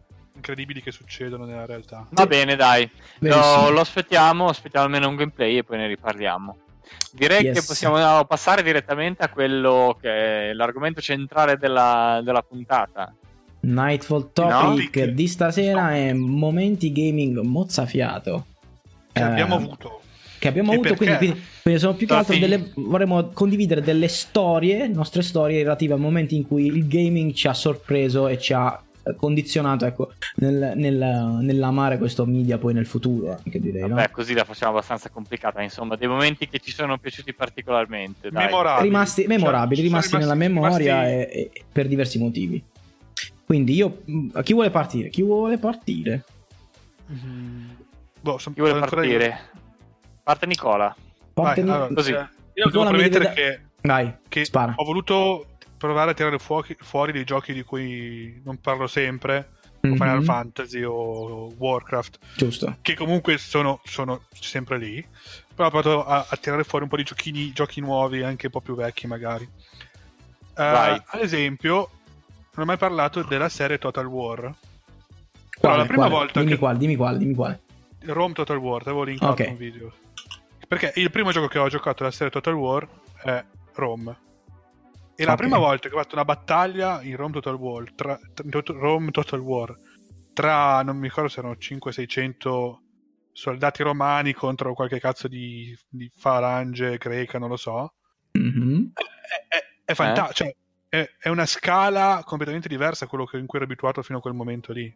incredibili che succedono nella realtà. Va bene, dai, Verissimo. lo, lo aspettiamo, aspettiamo almeno un gameplay e poi ne riparliamo. Direi Yes. che possiamo passare direttamente a quello che è l'argomento centrale della, della puntata. Nightfall No? Topic di stasera è momenti gaming mozzafiato. Che Eh, abbiamo avuto. Che abbiamo E avuto, quindi, perché? quindi, quindi sono più che Ah, altro sì. delle, vorremmo condividere delle storie, nostre storie relative a momenti in cui il gaming ci ha sorpreso e ci ha eh, condizionato, ecco, nel, nel- nell'amare questo media poi nel futuro, anche direi, no? Beh, così la facciamo abbastanza complicata, insomma, dei momenti che ci sono piaciuti particolarmente. Dai. Memorabili. Rimasti memorabili, Cioè, rimasti sono nella rimasti- memoria rimasti- e, e per diversi motivi. Quindi io, mh, chi vuole partire? Chi vuole partire? Mm, boh, son- Chi vuole ancora partire? io. Parte Nicola. Vai, Partemi- allora, Così. eh, io Nicola, devo mi premettere deve da- che, Vai, che spara. ho voluto provare a tirare fuochi- fuori dei giochi di cui non parlo sempre, o Mhm. Final Fantasy o Warcraft, Giusto. che comunque sono, sono sempre lì. Però ho provato a, a tirare fuori un po' di giochini, giochi nuovi, anche un po' più vecchi magari. Eh, Vai. ad esempio, non ho mai parlato della serie Total War. Però Quale, la prima quale? volta Dimmi che quale, dimmi quale, dimmi quale. Rome Total War, ti avevo linkato Ok. un video. Perché il primo gioco che ho giocato alla serie Total War è Rome. E la Ok. prima volta che ho fatto una battaglia in Rome Total War, tra, tra- Rome Total War, tra, non mi ricordo se erano cinquecento seicento soldati romani contro qualche cazzo di, di falange greca, non lo so. Mhm. È, è, è fantastico, cioè, è, è una scala completamente diversa da quello che- in cui ero abituato fino a quel momento lì.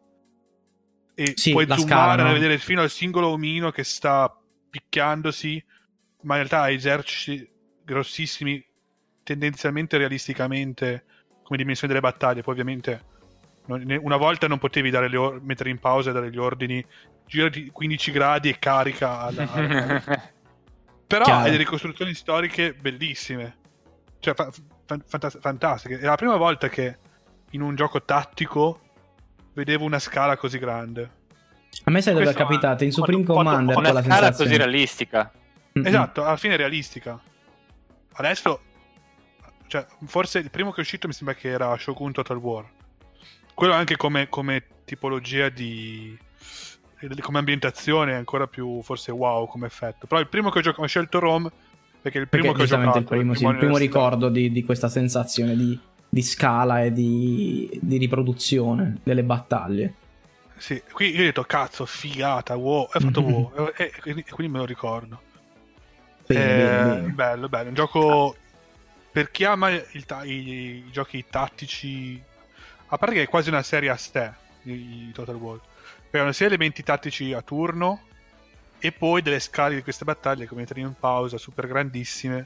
E Sì, puoi la zoomare scala, no? e vedere fino al singolo omino che sta picchiandosi, ma in realtà ha eserciti grossissimi, tendenzialmente realisticamente come dimensione delle battaglie. Poi ovviamente non- ne- una volta non potevi dare le or- mettere in pausa e dare gli ordini, girati quindici gradi e carica alla- alla- però Chiaro. hai delle ricostruzioni storiche bellissime, cioè fa- fa- fantas- fantastiche. È la prima volta che in un gioco tattico vedevo una scala così grande. A me sarebbe Questo capitato in Supreme quando- quando- Commander Una con la scala sensazione. così realistica. Mm-mm. Esatto, alla fine è realistica. Adesso, cioè, forse il primo che è uscito mi sembra che era Shogun Total War. Quello anche come, come tipologia di... come ambientazione è ancora più forse wow come effetto. Però il primo che ho giocato, ho scelto Rome perché è il primo Perché che ho giustamente giocato. il primo, sì, il primo primo università. ricordo di, di questa sensazione di, di scala e di, di riproduzione delle battaglie. Sì, qui io ho detto cazzo, figata, wow, è fatto Mhm. wow, e, e quindi, e quindi me lo ricordo. Bene, Eh, bene, bene. Bello, bello, un gioco per chi ama il ta- i, i giochi tattici, a parte che è quasi una serie a sé, i, i Total War, perché hanno sia elementi tattici a turno e poi delle scale di queste battaglie come mettere in pausa, super grandissime,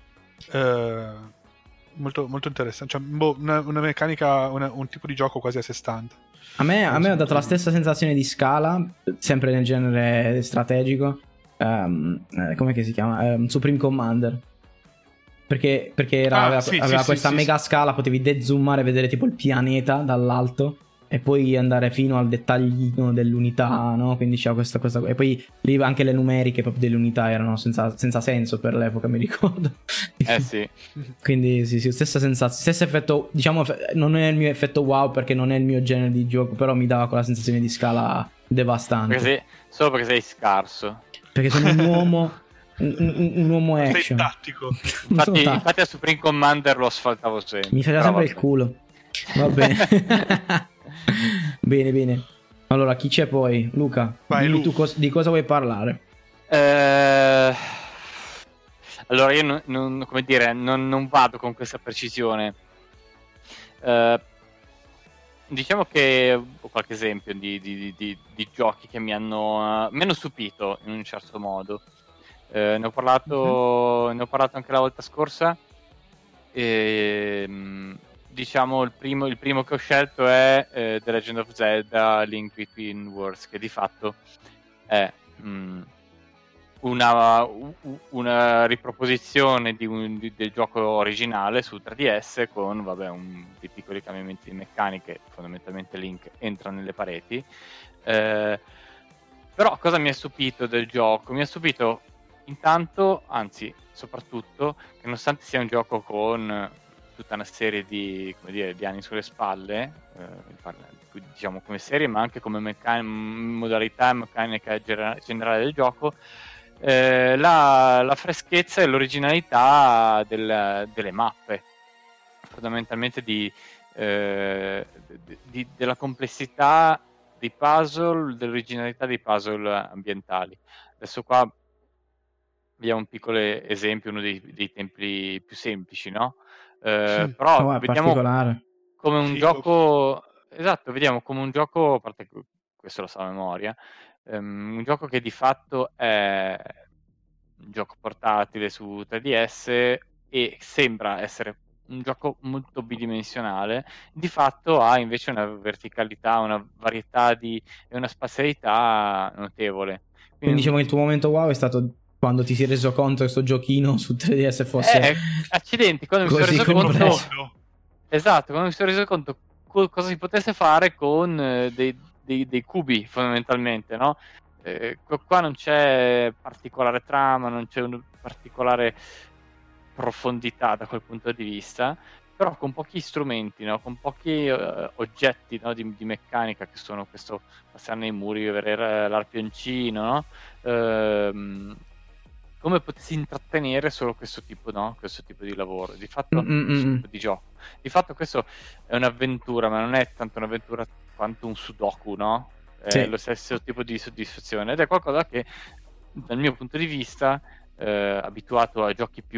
eh, molto, molto interessante, cioè, boh, una, una meccanica, una- un tipo di gioco quasi a sé stante. A me, a me ha dato la stessa sensazione di scala, sempre nel genere strategico. Um, eh, com'è che si chiama? Um, Supreme Commander. Perché, perché era- Ah, aveva, sì, aveva sì, questa sì, mega scala, potevi dezoomare e vedere tipo il pianeta dall'alto e poi andare fino al dettaglino dell'unità, no? Quindi c'era questa cosa. E poi lì anche le numeriche proprio delle unità erano senza, senza senso per l'epoca, mi ricordo. Eh sì. Quindi sì, sì, stessa sensazione, stesso effetto, diciamo, non è il mio effetto wow perché non è il mio genere di gioco, però mi dava quella sensazione di scala devastante. Perché sei, solo perché sei scarso. Perché sono un uomo, un, un- un uomo Sei action. tattico. Non Infatti, sono tattico. infatti a Supreme Commander lo asfaltavo sempre. Mi faceva Però sempre il vabbè. culo. Va bene. Bene, bene. Allora, chi c'è poi? Luca, Vai, dimmi Lu. tu cos- di cosa vuoi parlare? Eh, Allora io non, non- come dire, non, non vado con questa precisione. Eh, diciamo che ho qualche esempio di, di- di- di- di giochi che mi hanno, eh, mi hanno stupito in un certo modo. Eh, ne ho parlato, ne ho parlato anche la volta scorsa. E, mh, diciamo il primo, il primo che ho scelto è eh, The Legend of Zelda Link Between Worlds, che di fatto è mh, una, u- una riproposizione di un- di- del gioco originale su tre D S con vabbè, un, dei piccoli cambiamenti di meccaniche. Fondamentalmente Link entra nelle pareti. Eh, però cosa mi ha stupito del gioco? Mi ha stupito intanto, anzi soprattutto, che nonostante sia un gioco con tutta una serie di, come dire, di anni sulle spalle, eh, diciamo come serie, ma anche come meccan- modalità e meccanica genera- generale del gioco, eh, la, la freschezza e l'originalità del, delle mappe, fondamentalmente di, eh, di, di, della complessità dei puzzle, dell'originalità dei puzzle ambientali. Adesso qua vediamo un piccolo esempio, uno dei, dei templi più semplici, no? Eh, però Oh, vediamo particolare. come un Figo. gioco, esatto, vediamo come un gioco, a parte che questo lo so a memoria, um, un gioco che di fatto è un gioco portatile su tre D S e sembra essere un gioco molto bidimensionale, di fatto ha invece una verticalità, una varietà di, e una spazialità notevole. Quindi, Quindi diciamo che il tuo momento wow è stato quando ti sei reso conto che sto giochino su tre D S fosse eh, accidenti, quando mi sono così reso conto, complesso. esatto, quando mi sono reso conto co- cosa si potesse fare con eh, dei, dei, dei cubi fondamentalmente, no? Eh, qua non c'è particolare trama, non c'è una particolare profondità da quel punto di vista, però con pochi strumenti, no? Con pochi uh, oggetti, no? di, di meccanica, che sono questo passare nei muri, avere l'arpioncino, no? Ehm, come potessi intrattenere solo questo tipo, no? Questo tipo di lavoro, di fatto Mm-mm. questo tipo di gioco. Di fatto questo è un'avventura, ma non è tanto un'avventura quanto un sudoku, no? È Sì. lo stesso tipo di soddisfazione, ed è qualcosa che dal mio punto di vista, eh, abituato a giochi più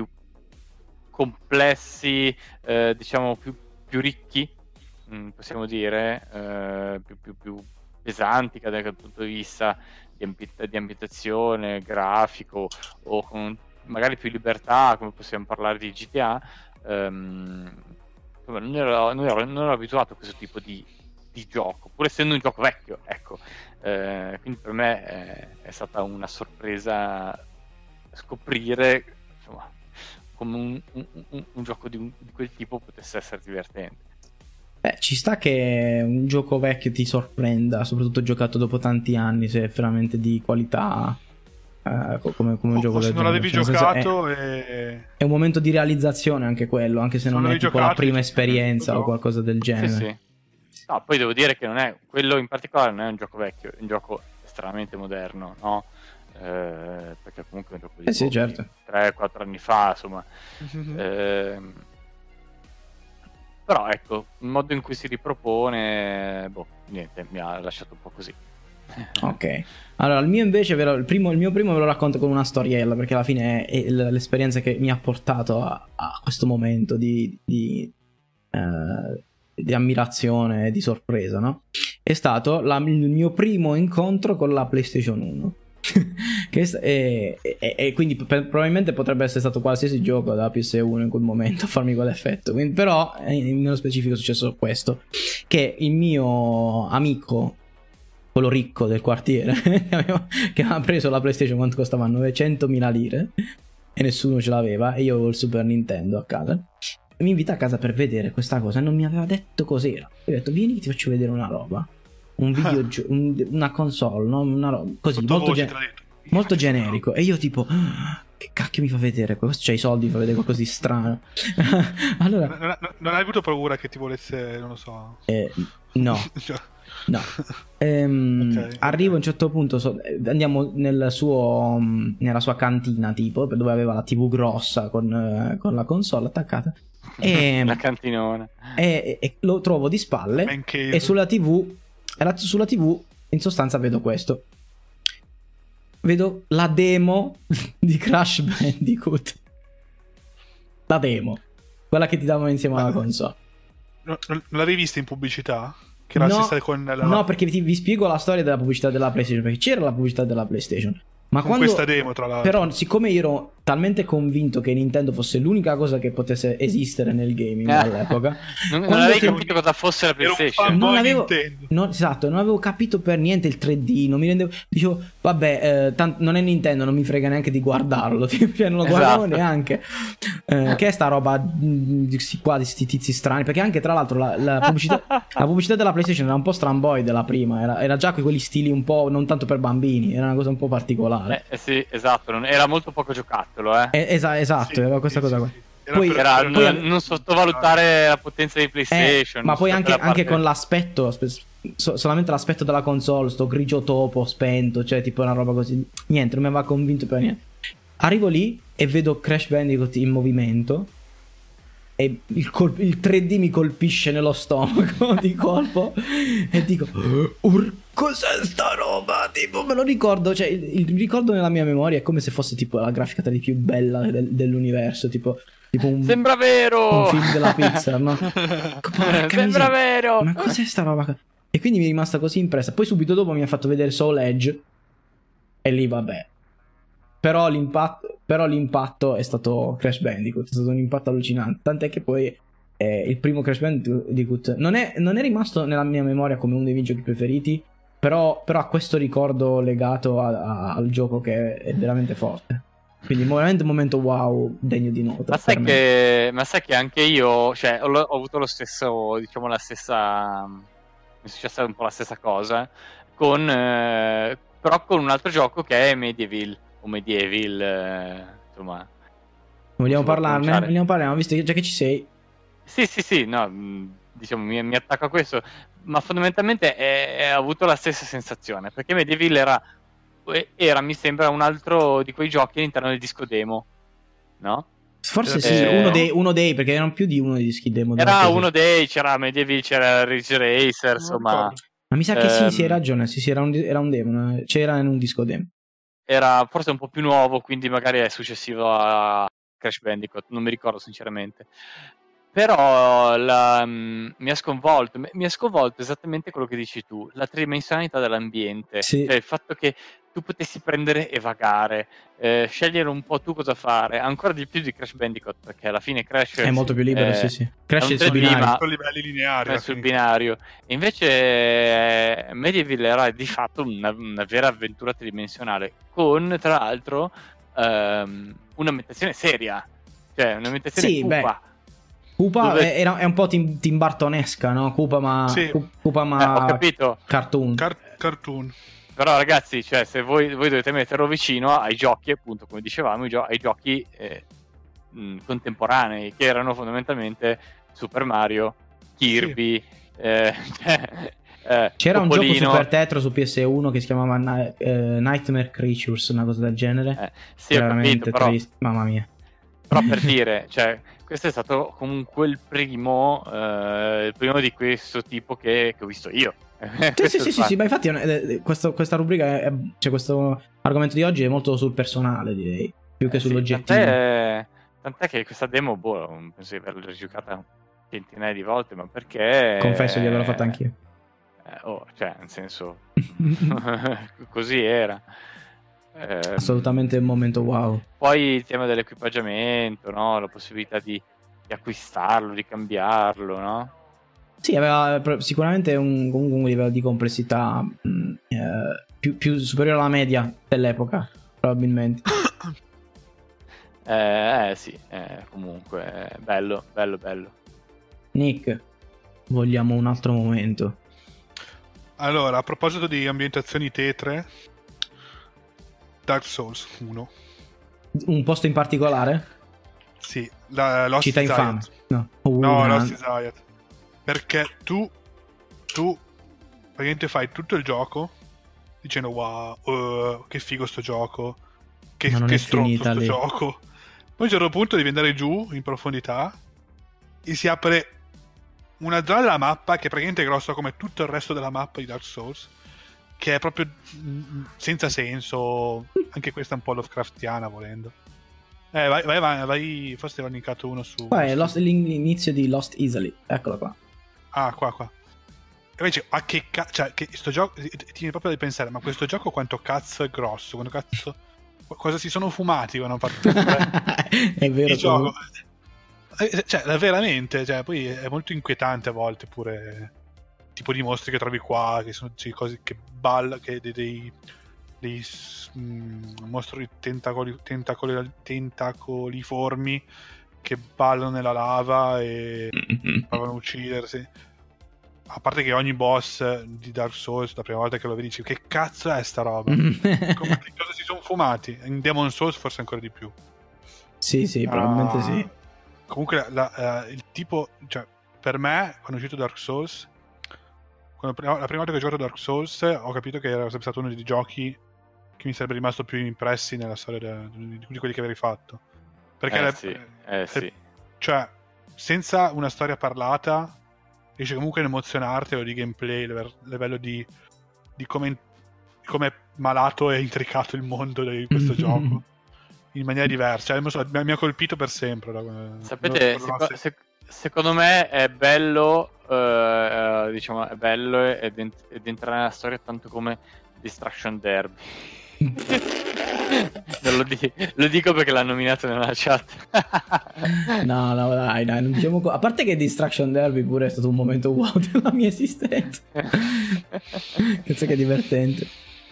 complessi, eh, diciamo più, più ricchi, mh, possiamo dire, eh, più, più, più pesanti dal punto di vista di, ambi- di ambientazione, grafico, o con magari più libertà, come possiamo parlare di G T A, ehm, non, ero, non, ero, non ero abituato a questo tipo di, di gioco, pur essendo un gioco vecchio, ecco. Eh, quindi per me è, è stata una sorpresa scoprire, insomma, come un, un, un, un gioco di, un, di quel tipo potesse essere divertente. Eh, ci sta che un gioco vecchio ti sorprenda, soprattutto giocato dopo tanti anni, se è veramente di qualità, eh, come, come un o, gioco o se del non genere. l'avevi Cioè, nel senso, giocato è, e... è un momento di realizzazione anche quello, anche se Se non, non è l'avevi tipo la giocato, prima dici, esperienza no. o qualcosa del genere. Sì, sì. No, poi devo dire che non è quello in particolare, non è un gioco vecchio, è un gioco estremamente moderno, no? Eh, perché comunque è un gioco di Eh sì, certo. tre quattro anni fa, insomma. Mm-hmm. Eh, però ecco, il modo in cui si ripropone, boh, niente, mi ha lasciato un po' così. Ok, allora il mio invece, ve lo- il, primo, il mio primo ve lo racconto con una storiella, perché alla fine è, è l- l'esperienza che mi ha portato a, a questo momento di, di, eh, di ammirazione e di sorpresa, no? È stato la- il mio primo incontro con la PlayStation uno. Che è, e, e, e quindi per, probabilmente potrebbe essere stato qualsiasi gioco da P S uno in quel momento a farmi quell'effetto. Quindi, però eh, nello specifico è successo questo, che il mio amico, quello ricco del quartiere, che aveva preso la PlayStation quanto costava novecentomila lire e nessuno ce l'aveva, e io avevo il Super Nintendo a casa, e mi invita a casa per vedere questa cosa e non mi aveva detto cos'era. Io ho detto vieni che ti faccio vedere una roba, un videogioco, un, una console, no? Una roba così molto, gen- molto generico, e io tipo ah, che cacchio mi fa vedere questo? C'ha i soldi, mi fa vedere qualcosa di strano. Allora non, non, non hai avuto paura che ti volesse, non lo so, eh, no no ehm, Okay, arrivo okay. a un certo punto, so, andiamo nel suo, nella sua cantina tipo, dove aveva la tivù grossa con, eh, con la console attaccata, e, la cantinona, e, e lo trovo di spalle, Mancave. e sulla tv e la, sulla tv in sostanza vedo questo, vedo la demo di Crash Bandicoot, la demo, quella che ti davano insieme alla console. Non, non l'avevi vista in pubblicità? Che era No, assistita con la... no, perché vi, vi spiego la storia della pubblicità della PlayStation, perché c'era la pubblicità della PlayStation, ma con quando, questa demo, tra l'altro. però siccome io ero talmente convinto che Nintendo fosse l'unica cosa che potesse esistere nel gaming all'epoca, non, non quando avevi ti- capito cosa fosse la Ero un PlayStation. fan- non Poi avevo, Nintendo. non, esatto, non avevo capito per niente il tre D, non mi rendevo, dicevo vabbè, eh, tant- non è Nintendo, non mi frega neanche di guardarlo, cioè non lo guardavo Esatto. neanche, eh, che è sta roba mh, di sti qua, di sti tizi strani, perché anche tra l'altro la, la pubblicità la pubblicità della PlayStation era un po' stramboy della prima, era, era già quegli stili un po' non tanto per bambini, era una cosa un po' particolare. Eh, eh sì, esatto, non- era molto poco giocattolo, eh. Eh, esa- esatto, Sì, aveva questa sì, cosa sì, qua. sì. poi, era, poi, non, non sottovalutare la potenza di PlayStation. eh, ma poi anche, parte... anche con l'aspetto, so, solamente l'aspetto della console, sto grigio topo spento, cioè tipo una roba così, niente, non mi aveva convinto per niente. Arrivo lì e vedo Crash Bandicoot in movimento e il, colp- il tre D mi colpisce nello stomaco di colpo e dico Ur- cos'è sta roba? Tipo me lo ricordo, cioè il, il ricordo nella mia memoria è come se fosse tipo la grafica di più bella del, dell'universo, tipo, tipo un, sembra vero un film della Pixar, no? Porca sembra miseria. vero, Ma cos'è sta roba? E quindi mi è rimasta così impressa. Poi subito dopo mi ha fatto vedere Soul Edge e lì vabbè. Però l'impatto, però l'impatto è stato Crash Bandicoot, è stato un impatto allucinante. Tant'è che poi eh, il primo Crash Bandicoot non è, non è rimasto nella mia memoria come uno dei miei giochi preferiti, però, però ha questo ricordo legato a, a, al gioco che è veramente forte. Quindi veramente un momento wow, degno di nota. Ma sai, che, ma sai che anche io, cioè, ho, ho avuto lo stesso, diciamo la stessa, mi è successa un po' la stessa cosa, con, eh, però con un altro gioco che è Medieval. O Medieval, eh, insomma. Vogliamo parlarne? Vogliamo parlarne, visto che già che ci sei. Sì, sì, sì, no, diciamo mi, mi attacco a questo, ma fondamentalmente è, è avuto la stessa sensazione, perché Medieval era, era, mi sembra, un altro di quei giochi all'interno del disco demo, no? Forse eh, sì, uno dei, uno dei, perché erano più di uno dei dischi demo. Era uno dei, c'era Medieval, c'era Ridge Racer, insomma. Ma mi sa che ehm, sì, sì, hai ragione, sì, sì, era un, era un demo, c'era in un disco demo. Era forse un po' più nuovo, quindi magari è successivo a Crash Bandicoot, non mi ricordo sinceramente. Però la, um, mi ha sconvolto, mi ha sconvolto esattamente quello che dici tu, la tridimensionalità dell'ambiente, sì. Cioè il fatto che tu potessi prendere e vagare, eh, scegliere un po' tu cosa fare, ancora di più di Crash Bandicoot, perché alla fine Crash è molto più libero, eh, sì, sì. Crash è sul binario, livelli lineari, è sul binario. E invece eh, Medieval era di fatto una, una vera avventura tridimensionale, con tra l'altro ehm, un'ambientazione seria, cioè un'ambientazione sì, cupa. Beh. Koopa dove... è, è un po' Tim, Tim Burtonesca, no? Koopa ma, sì. Koopa ma eh, ho capito. Cartoon. Car- cartoon. Però ragazzi, cioè, se voi, voi dovete metterlo vicino ai giochi, appunto, come dicevamo, i gio- ai giochi eh, mh, contemporanei, che erano fondamentalmente Super Mario, Kirby, sì. eh, eh, c'era Topolino. un gioco Super Tetro su P S uno che si chiamava Ni- eh, Nightmare Creatures, una cosa del genere. Eh, sì, ho capito, però... trist- mamma mia. Però per dire, cioè, questo è stato comunque il primo, eh, il primo di questo tipo che, che ho visto io. Sì, sì, sì, sì, sì, ma infatti eh, questo, questa rubrica, è, cioè questo argomento di oggi è molto sul personale, direi, più che eh, sull'oggettivo. Sì, tant'è, tant'è che questa demo, boh, penso di averla giocata centinaia di volte, ma perché... Confesso di averla fatta anch'io. Eh, oh, cioè, nel senso, così era. Eh, Assolutamente un momento wow. Poi il tema dell'equipaggiamento, no? La possibilità di, di acquistarlo, di cambiarlo, no? Sì, aveva sicuramente un, comunque un livello di complessità mh, eh, più, più superiore alla media dell'epoca, probabilmente. Eh, eh sì, eh, comunque, eh, bello, bello, bello. Nick, vogliamo un altro momento. Allora, a proposito di ambientazioni tetre, Dark Souls uno. Un posto in particolare? Sì, la, Lost Città Zayat. infame. No, uh, no una... Lost Zayat. Perché tu, tu praticamente fai tutto il gioco dicendo wow, uh, che figo sto gioco, che, che stronzo sto lì. gioco. Poi a un certo punto devi andare giù in profondità e si apre una zona della mappa che è praticamente grossa come tutto il resto della mappa di Dark Souls, che è proprio senza senso. Anche questa è un po' Lovecraftiana volendo. Eh, vai, vai, vai, vai. Forse l'ho linkato uno su... Qua è Lost, l'inizio di Lost Easily, eccolo qua. Ah, qua, qua. E invece, a che cazzo... Cioè, che sto gioco... Ti viene proprio da pensare, ma questo gioco quanto cazzo è grosso? Quanto cazzo... Cosa si sono fumati quando hanno fatto... È vero. Il gioco... Cioè, veramente, cioè, poi è molto inquietante a volte pure... Tipo di mostri che trovi qua, che sono cioè, cose che balla, che dei... dei, dei mm, mostri tentacoli, tentacoli, tentacoliformi che ballano nella lava e provano a uccidersi. A parte che ogni boss di Dark Souls, la prima volta che lo vedi, dici che cazzo è sta roba? Come, che cosa si sono fumati? In Demon Souls forse ancora di più. Sì, sì, probabilmente ah, sì. comunque la, la, il tipo, cioè, per me, quando è uscito Dark Souls, quando, la prima volta che ho giocato Dark Souls, ho capito che era sempre stato uno dei giochi che mi sarebbe rimasto più impressi nella storia de, di, di quelli che avevi fatto. Perché eh, la, sì, eh, per, sì. cioè, senza una storia parlata, riesce comunque ad emozionarti a livello di gameplay, a livello di, di come, come malato e intricato il mondo di questo gioco. In maniera diversa, cioè, so, mi ha colpito per sempre. Sapete, seco- se- secondo me è bello, eh, diciamo, è bello ed, ent- ed entrare nella storia tanto come Destruction Derby. Non lo, di- lo dico perché l'ha nominato nella chat. No, no, dai, dai, non diciamo co- a parte che Destruction Derby pure è stato un momento wow della mia esistenza. Penso che è divertente.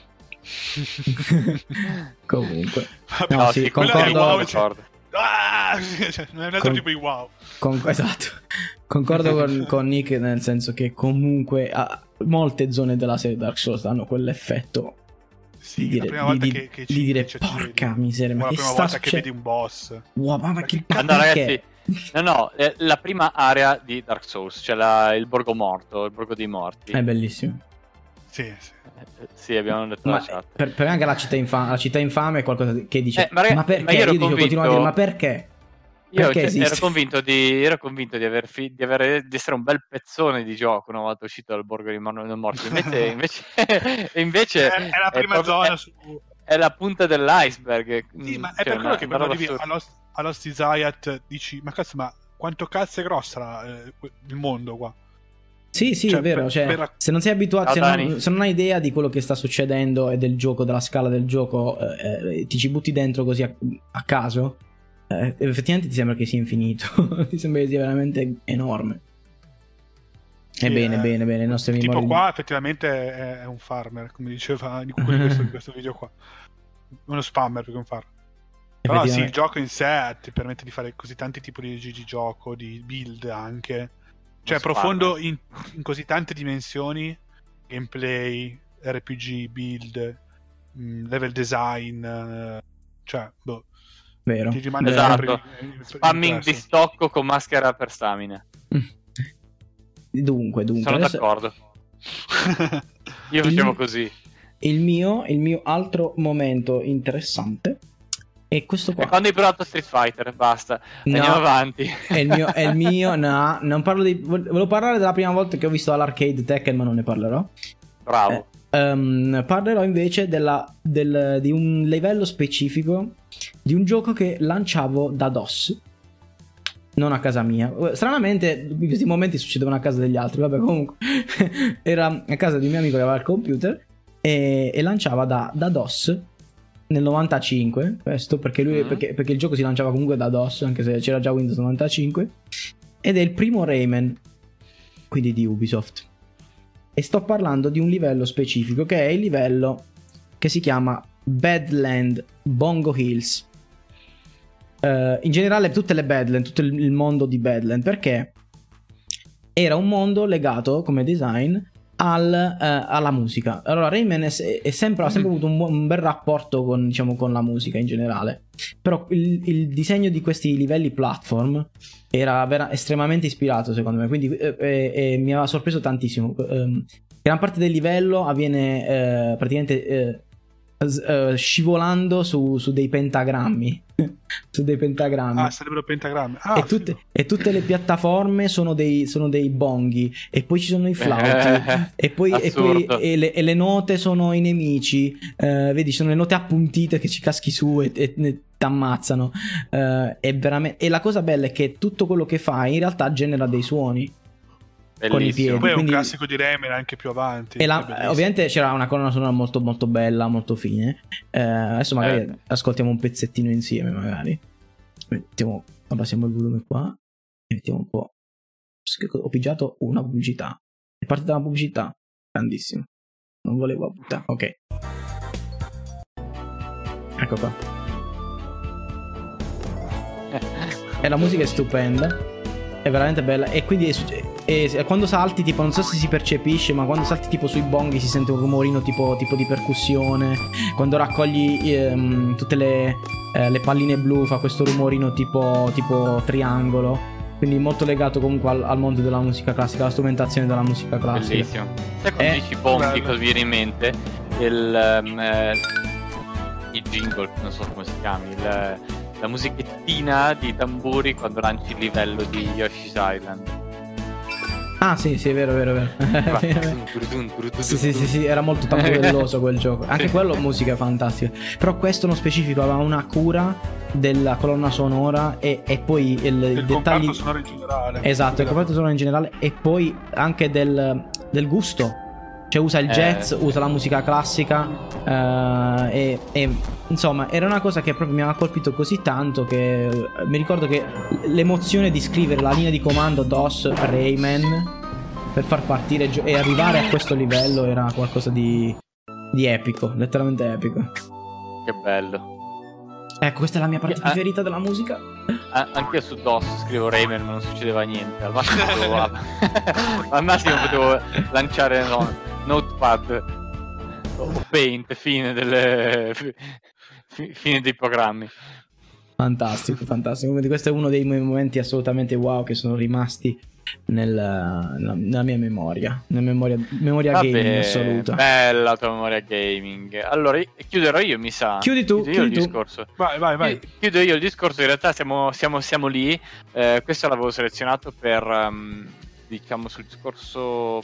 Comunque Vabbè, no, no, sì, sì, concordo, wow, concordo. Ah, cioè, non è un altro Con- tipo di wow. con- esatto, concordo con, con Nick, nel senso che comunque ah, molte zone della serie Dark Souls hanno quell'effetto Sì, di dire, la prima volta di, che, che di ci, dire che ci porca vedi. miseria, O ma la che prima sta volta che succedendo? vedi un boss. Wow, ma, ma che Ah, no, perché? ragazzi, no, no, è la prima area di Dark Souls, cioè la- il borgo morto, il borgo dei morti. È bellissimo. Sì, sì. Eh, Sì, abbiamo detto Ma la chat. per, per me anche la città infame, la città infame è qualcosa di- che dice Eh, ma ragazzi, ma perché? ma io ero dico, convinto- continuo a dire ma perché? Io Perché cioè, esiste? ero convinto di ero convinto di aver fi- di, avere, di essere un bel pezzone di gioco una volta uscito dal borgo dei Mor- dei morti. Invece, invece, invece È, è la prima proprio- zona è, su... è la punta dell'iceberg. Sì, Mm, ma è cioè, per quello una- che una quando roba arrivi assurda. a Lost, a Lost Isaiah dici ma cazzo, ma quanto cazzo è grossa la- eh, il mondo qua? Sì, sì, Cioè, è vero. per- Cioè, per la- se non sei abituato, se Ciao, non, Dani. se non hai idea di quello che sta succedendo e del gioco, della scala del gioco, eh, eh, ti ci butti dentro così a, a caso, eh, effettivamente ti sembra che sia infinito. Ti sembra che sia veramente enorme. Sì, E bene, eh, bene, bene. Le nostre il tipo memorie. qua effettivamente è, è un farmer, come diceva di quello di questo, di questo video qua. Uno spammer più che un farmer. Però sì, il Effettivamente. gioco in sé ti permette di fare così tanti tipi di, di gioco, di build anche. Cioè, è Uno profondo spammer. in, in così tante dimensioni: gameplay, R P G, build, mh, level design. eh, cioè, boh, Vero. ti rimane Esatto. sempre Spamming di impresso. stocco con maschera per stamina. Dunque, dunque. Sono adesso- d'accordo. Io Il- facevo così. Il mio, il mio altro momento interessante è questo E qua. quando hai provato Street Fighter, basta. No. Andiamo avanti. È il mio, è il mio, no, non parlo di. Volevo parlare della prima volta che ho visto all'arcade Tekken, ma non ne parlerò. Bravo. Eh, ehm, parlerò invece della, del- di un livello specifico di un gioco che lanciavo da DOS, non a casa mia. Stranamente, in questi momenti succedevano a casa degli altri. Vabbè, comunque, era a casa di un mio amico che aveva il computer e, e lanciava da, da DOS. Nel novantacinque, questo perché lui Mm. perché, perché il gioco si lanciava comunque da DOS, anche se c'era già Windows novantacinque, ed è il primo Rayman, quindi di Ubisoft. E sto parlando di un livello specifico che è il livello che si chiama Badland Bongo Hills. Eh, in generale tutte le Badland, tutto il, il mondo di Badland, perché era un mondo legato come design al, eh, alla musica. Allora Rayman è, è sempre, ha sempre avuto un, bu- un bel rapporto con, diciamo, con la musica in generale, però il, il disegno di questi livelli platform era vera- estremamente ispirato secondo me, quindi eh, eh, eh, mi aveva sorpreso tantissimo. Ehm, gran parte del livello avviene eh, praticamente eh, s- eh, scivolando su, su dei pentagrammi su dei pentagrammi Ah, sarebbero pentagrammi. Ah, e, tutte, e tutte le piattaforme sono dei, sono dei bonghi, e poi ci sono i flauti, Eh, e poi, e, poi assurdo. e le, e le note sono i nemici. Eh, vedi, ci sono le note appuntite che ci caschi su e, e, e ti ammazzano. Eh, è veramente, e la cosa bella è che tutto quello che fai in realtà genera dei suoni con i Bellissimo. piedi. Poi è un quindi- classico di Rayman anche più avanti. E la- è bellissimo. ovviamente c'era una colonna sonora molto molto bella, molto fine. Eh, adesso magari Eh. ascoltiamo un pezzettino insieme, magari. Mettiamo, abbassiamo il volume qua e mettiamo un po'. Ho pigiato una pubblicità. È partita una pubblicità. Grandissimo. Non volevo buttare. Ok. Ecco qua. E la musica è stupenda. È veramente bella. E quindi è succe- e quando salti, tipo, non so se si percepisce, ma quando salti tipo sui bonghi si sente un rumorino tipo, tipo di percussione. Quando raccogli ehm, tutte le, eh, le palline blu fa questo rumorino tipo, tipo triangolo. Quindi molto legato comunque al, al mondo della musica classica, alla strumentazione della musica classica. Bellissimo. Sai quando Eh, dici bonghi, bello. cosa mi viene in mente? Il, um, eh, il jingle, non so come si chiami, il, la musichettina di tamburi quando lanci il livello di Yoshi's Island. Ah sì, sì, è vero, è vero, è vero. È vero. Sì, sì, sì, sì, era molto tavolelloso quel gioco. Anche quello musica fantastica. Però questo nello specifico aveva una cura della colonna sonora e, e poi il, Il i dettagli. comparto sonoro in generale. Esatto, il comparto sonoro in generale e poi anche del, del gusto. Cioè usa il Eh, jazz, sì. usa la musica classica eh, e, e insomma era una cosa che proprio mi aveva colpito così tanto che eh, mi ricordo che l'emozione di scrivere la linea di comando DOS Rayman per far partire gio- e arrivare a questo livello era qualcosa di, di epico, letteralmente epico. Che bello. Ecco, questa è la mia parte Eh, preferita della musica. A- anche io su DOS scrivo Rayman ma non succedeva niente. Al massimo potevo, al massimo potevo lanciare no, Notepad o Paint, fine delle fi- fine dei programmi. Fantastico, fantastico. Quindi questo è uno dei miei momenti assolutamente wow che sono rimasti nel- nella, nella mia memoria, nella memoria, memoria gaming assoluta. Bella la tua memoria gaming. Allora, chiuderò io, mi sa. Chiudi tu, Chiudo io il chiudi tu. discorso. Vai, vai, vai. Chi- Chiudo io il discorso, in realtà siamo, siamo, siamo lì. Eh, questo l'avevo selezionato per, um, diciamo, sul discorso,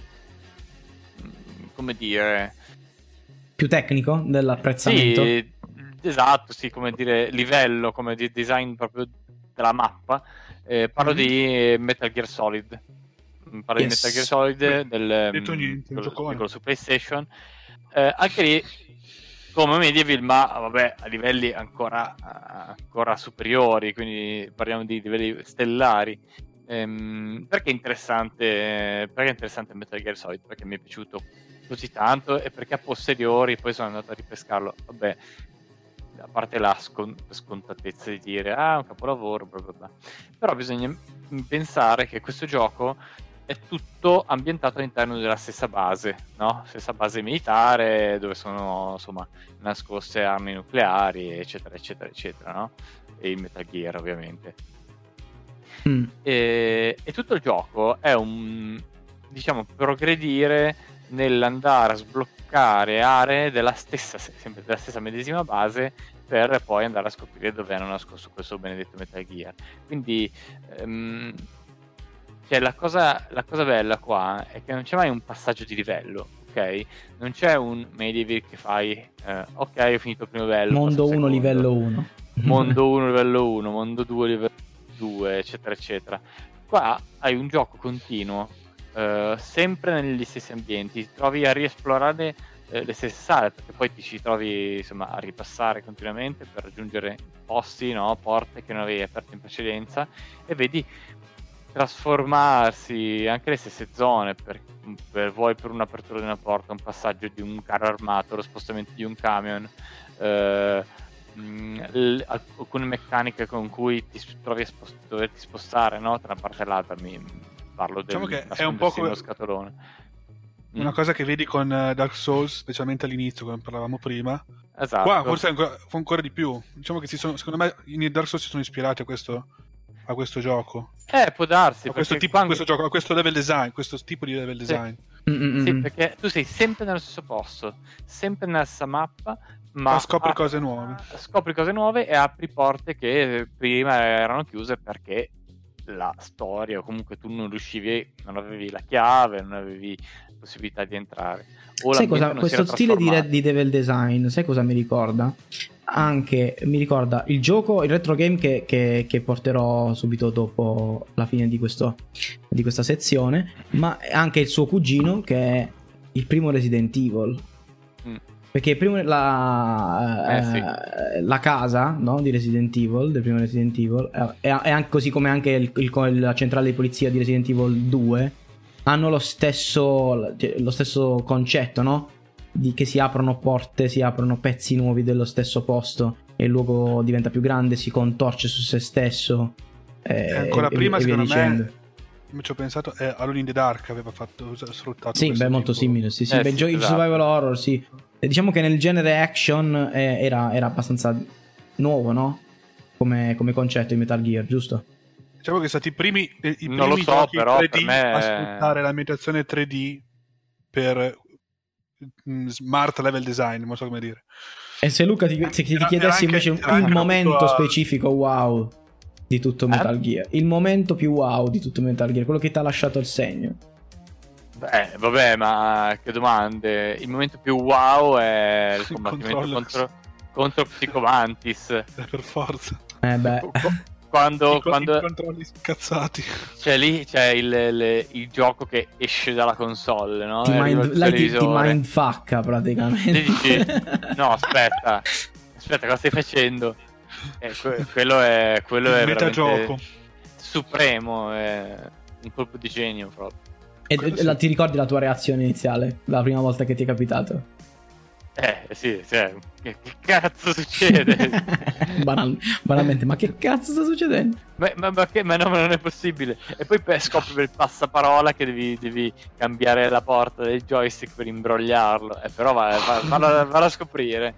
mm, come dire, Più tecnico dell'apprezzamento. sì, esatto, sì, come dire, livello, come di design proprio della mappa. Eh, parlo Mhm. di Metal Gear Solid. Mm, Parlo Yes. di Metal Gear Solid, del, detto mm, niente, un quello- giocone. di quello su PlayStation. Eh, anche lì come Medieval, ma vabbè, a livelli ancora, ancora superiori, quindi parliamo di livelli stellari. Ehm, perché è interessante? Perché è interessante Metal Gear Solid? Perché mi è piaciuto così tanto e perché a posteriori poi sono andato a ripescarlo. Vabbè, a parte la scon- scontatezza di dire ah, un capolavoro, bla bla bla. Però bisogna pensare che questo gioco è tutto ambientato all'interno della stessa base, no? Stessa base militare dove sono insomma nascoste armi nucleari, eccetera, eccetera, eccetera, no? E il Metal Gear, ovviamente. Mm. E, e tutto il gioco è un, diciamo, progredire nell'andare a sbloccare aree della stessa, sempre della stessa medesima base per poi andare a scoprire dove hanno nascosto questo benedetto Metal Gear. Quindi ehm, cioè la cosa, la cosa bella qua è che non c'è mai un passaggio di livello, ok? Non c'è un Medieval che fai eh, ok, ho finito il primo livello, Mondo passo al uno, secondo. livello uno. Mondo uno, livello uno, mondo due, livello due, eccetera, eccetera. Qua hai un gioco continuo, eh, sempre negli stessi ambienti, ti trovi a riesplorare eh, le stesse sale, perché poi ti ci trovi insomma a ripassare continuamente per raggiungere posti, no? Porte che non avevi aperto in precedenza, e vedi trasformarsi anche le stesse zone, per, per vuoi per un'apertura di una porta, un passaggio di un carro armato, lo spostamento di un camion, eh, mh, l- alcune meccaniche con cui ti trovi a spost- doverti spostare, no? Tra una parte e l'altra. Mi parlo del Diciamo che è un po' nascondersi come nello scatolone. una Mm? cosa che vedi con eh, Dark Souls, specialmente all'inizio, come parlavamo prima. Esatto. Qua forse ancora, ancora di più. Diciamo che si sono, secondo me in Dark Souls si sono ispirati a questo, a questo gioco. Eh, può darsi, a questo, perché tipo, quando- questo gioco, a questo level design, questo tipo di level design. Mm-mm. Sì, perché tu sei sempre nello stesso posto, sempre nella stessa mappa, ma Ma scopri ah, cose nuove. scopri cose nuove e apri porte che prima erano chiuse perché la storia, o comunque tu non riuscivi, non avevi la chiave, non avevi possibilità di entrare. O Sai l'ambiente cosa? non si Questo era stile di, trasformato. re- di level design, sai cosa mi ricorda? Anche mi ricorda il gioco, il retro game che, che- che porterò subito dopo la fine di, questo, di questa sezione, ma anche il suo cugino che è il primo Resident Evil. Mm. Perché il primo, la, Eh, eh, sì. la casa, no, di Resident Evil, del primo Resident Evil, è, è anche così come anche il- il- la centrale di polizia di Resident Evil due, hanno lo stesso, lo stesso concetto, no? Di che si aprono porte, si aprono pezzi nuovi dello stesso posto e il luogo diventa più grande, si contorce su se stesso. eh, E ancora e- prima, e via secondo me, dicendo. ci ho pensato, è Alone in the Dark aveva fatto sfruttato. Sì, beh, molto tipo... simile. Sì, sì, eh, beh, sì, giochi esatto. survival horror, sì. E diciamo che nel genere action eh, era, era abbastanza nuovo, no? Come, come concetto di Metal Gear, giusto? Diciamo che sono stati i primi, i primi Non lo so, giochi però, tre D per me- a sfruttare l'ambientazione tre D per mm, smart level design, non so come dire. E se Luca ti, se ti Era- chiedessi era anche- invece un, era il anche momento dovuto a- specifico wow di tutto Metal Gear, il momento più wow di tutto Metal Gear, quello che ti ha lasciato il segno. Beh, vabbè, ma che domande. Il momento più wow è il Il combattimento controllo. contro, contro Psicomantis. Eh, per forza. Eh beh, Qu- Quando, I, co- quando i controlli scazzati. c'è lì c'è il, il- il gioco che esce dalla console, no? ti, Arriva mind, il lei ti, ti televisore. mindfucka praticamente. Dici, no, aspetta, aspetta, cosa stai facendo? Eh, que- quello è, quello è veramente Metagioco. supremo, è un colpo di genio proprio. E, Quello e sì. la- ti ricordi la tua reazione iniziale, la prima volta che ti è capitato? Eh, sì, cioè, che, che cazzo succede? Banal- banalmente, ma che cazzo sta succedendo? ma, ma, ma che, ma no, ma non è possibile. E poi per, scopri per il passaparola che devi, devi cambiare la porta del joystick per imbrogliarlo. Eh, però va, va, valla, valla a scoprire.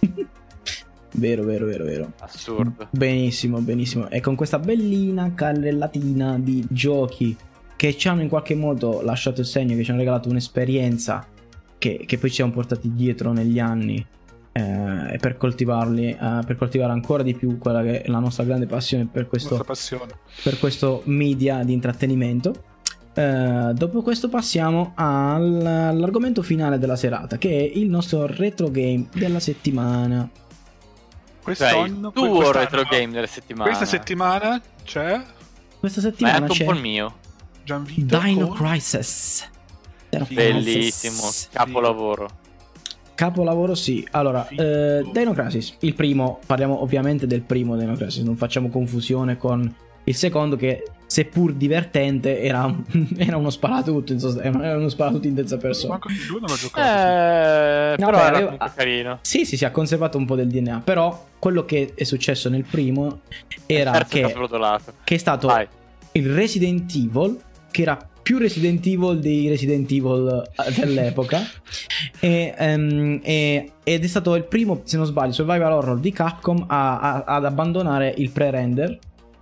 Vero, vero, vero, vero. Assurdo. Benissimo, benissimo. E con questa bellina carrellatina di giochi che ci hanno in qualche modo lasciato il segno, che ci hanno regalato un'esperienza che, che poi ci siamo portati dietro negli anni, eh, e per coltivarli, eh, per coltivare ancora di più quella che è la nostra grande passione per questo, Nostra passione. per questo media di intrattenimento. Eh, dopo questo passiamo al- all'argomento finale della serata, che è il nostro retro game della settimana. Cioè, Quest'anno, il tuo quest'anno- retro game della settimana. Questa settimana c'è Questa Ma è settimana anche un c'è po' il mio. Gianvito Dino con- Crisis. Dino Bellissimo, Crisis. capolavoro. Capolavoro, sì. Allora, Figo. eh, Dino Crisis, il primo, parliamo ovviamente del primo Dino Crisis, non facciamo confusione con il secondo che, seppur divertente, era, un- era uno sparatutto, in sost- era uno sparatutto in terza persona. Manco il due non l'ho giocato. Eh, No, però beh, era aveva- comunque carino. Sì, sì, si ha conservato un po' del D N A, però quello che è successo nel primo era Il terzo è che, sbrodolato. che è stato Vai. il Resident Evil, che era più Resident Evil dei Resident Evil eh, dell'epoca, e, ehm, e- ed è stato il primo, se non sbaglio, survival horror di Capcom a- a- ad abbandonare il pre-render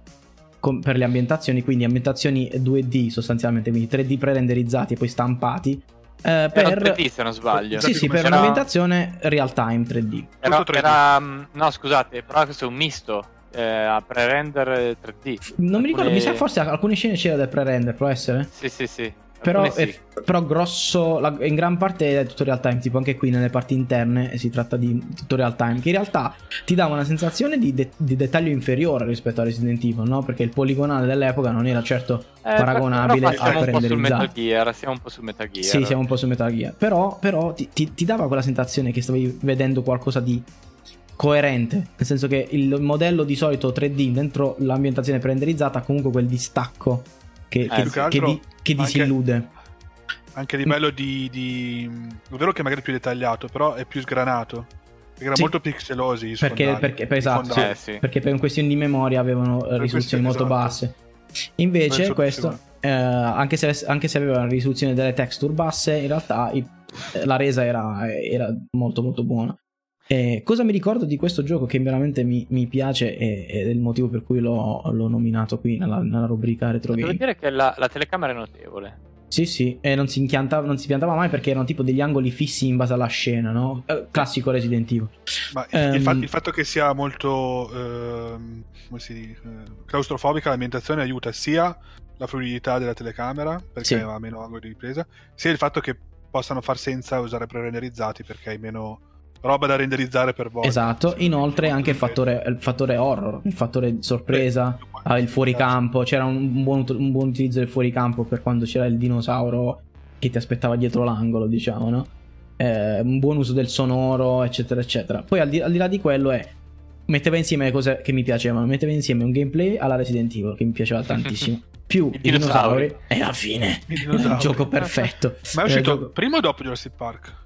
con- per le ambientazioni, quindi ambientazioni due D sostanzialmente, quindi tre D pre-renderizzati e poi stampati, eh, Era per... tre D se non sbaglio. Sì, sì, come per Era- un'ambientazione real time tre D. Era, Tutto tre D. era, mm, no, scusate, però questo è un misto. Eh, a pre-render tre D. Non mi ricordo, Alcune- mi sa forse alcune scene c'era del pre-render, può essere? Sì, sì, sì. Però, Alcune sì. è- però grosso, la- in gran parte è tutto real time, tipo anche qui nelle parti interne si tratta di tutto real time, che in realtà ti dà una sensazione di, de- di dettaglio inferiore rispetto a Resident Evil, no? Perché il poligonale dell'epoca non era certo Eh, paragonabile però qua siamo al un po' sul Metal renderizzato. Gear, siamo un po' su Metal Gear. Sì, siamo un po' su Metal Gear, però, però ti, ti- ti dava quella sensazione che stavi vedendo qualcosa di coerente, nel senso che il modello di solito tre D dentro l'ambientazione pre-renderizzata ha comunque quel distacco che, Eh, che, più che che altro di- che anche- disillude. Anche a livello di, di... È vero che magari è più dettagliato, però è più sgranato. Perché erano Sì. molto pixelosi i Perché, sfondali, perché, per- i esatto, fondali. Eh, sì. perché per questioni di memoria avevano eh, risoluzioni questioni, molto esatto. basse. Invece Adesso questo, possiamo- eh, anche, se, anche se aveva una risoluzione delle texture basse, in realtà i- eh, la resa era, era molto molto buona. E cosa mi ricordo di questo gioco che veramente mi, mi piace e- ed è il motivo per cui l'ho, l'ho nominato qui nella, nella rubrica retro Devo game. dire che la, la telecamera è notevole. Sì, sì, e non si, inchiantava, non si piantava mai perché erano tipo degli angoli fissi in base alla scena, no? Eh, classico Resident Evil. Ma il, Ehm. il fatto, il fatto che sia molto ehm, come si dice, eh, claustrofobica l'ambientazione aiuta sia la fluidità della telecamera perché Sì. ha meno angoli di ripresa, sia il fatto che possano far senza usare pre-renderizzati perché hai meno roba da renderizzare per volta. Esatto, Sì, inoltre molto anche il fattore, il fattore horror, il fattore sorpresa, Sì. ah, il fuoricampo, c'era un buon, ut- un buon utilizzo del fuoricampo per quando c'era il dinosauro che ti aspettava dietro l'angolo, diciamo, no? Eh, un buon uso del sonoro, eccetera, eccetera. Poi al di, al di là di quello è, metteva insieme le cose che mi piacevano, metteva insieme un gameplay alla Resident Evil che mi piaceva tantissimo, più I i dinosauri, dinosauri. e alla fine I era dinosauri. il gioco perfetto. Ma è Era il uscito gioco- prima o dopo Jurassic Park?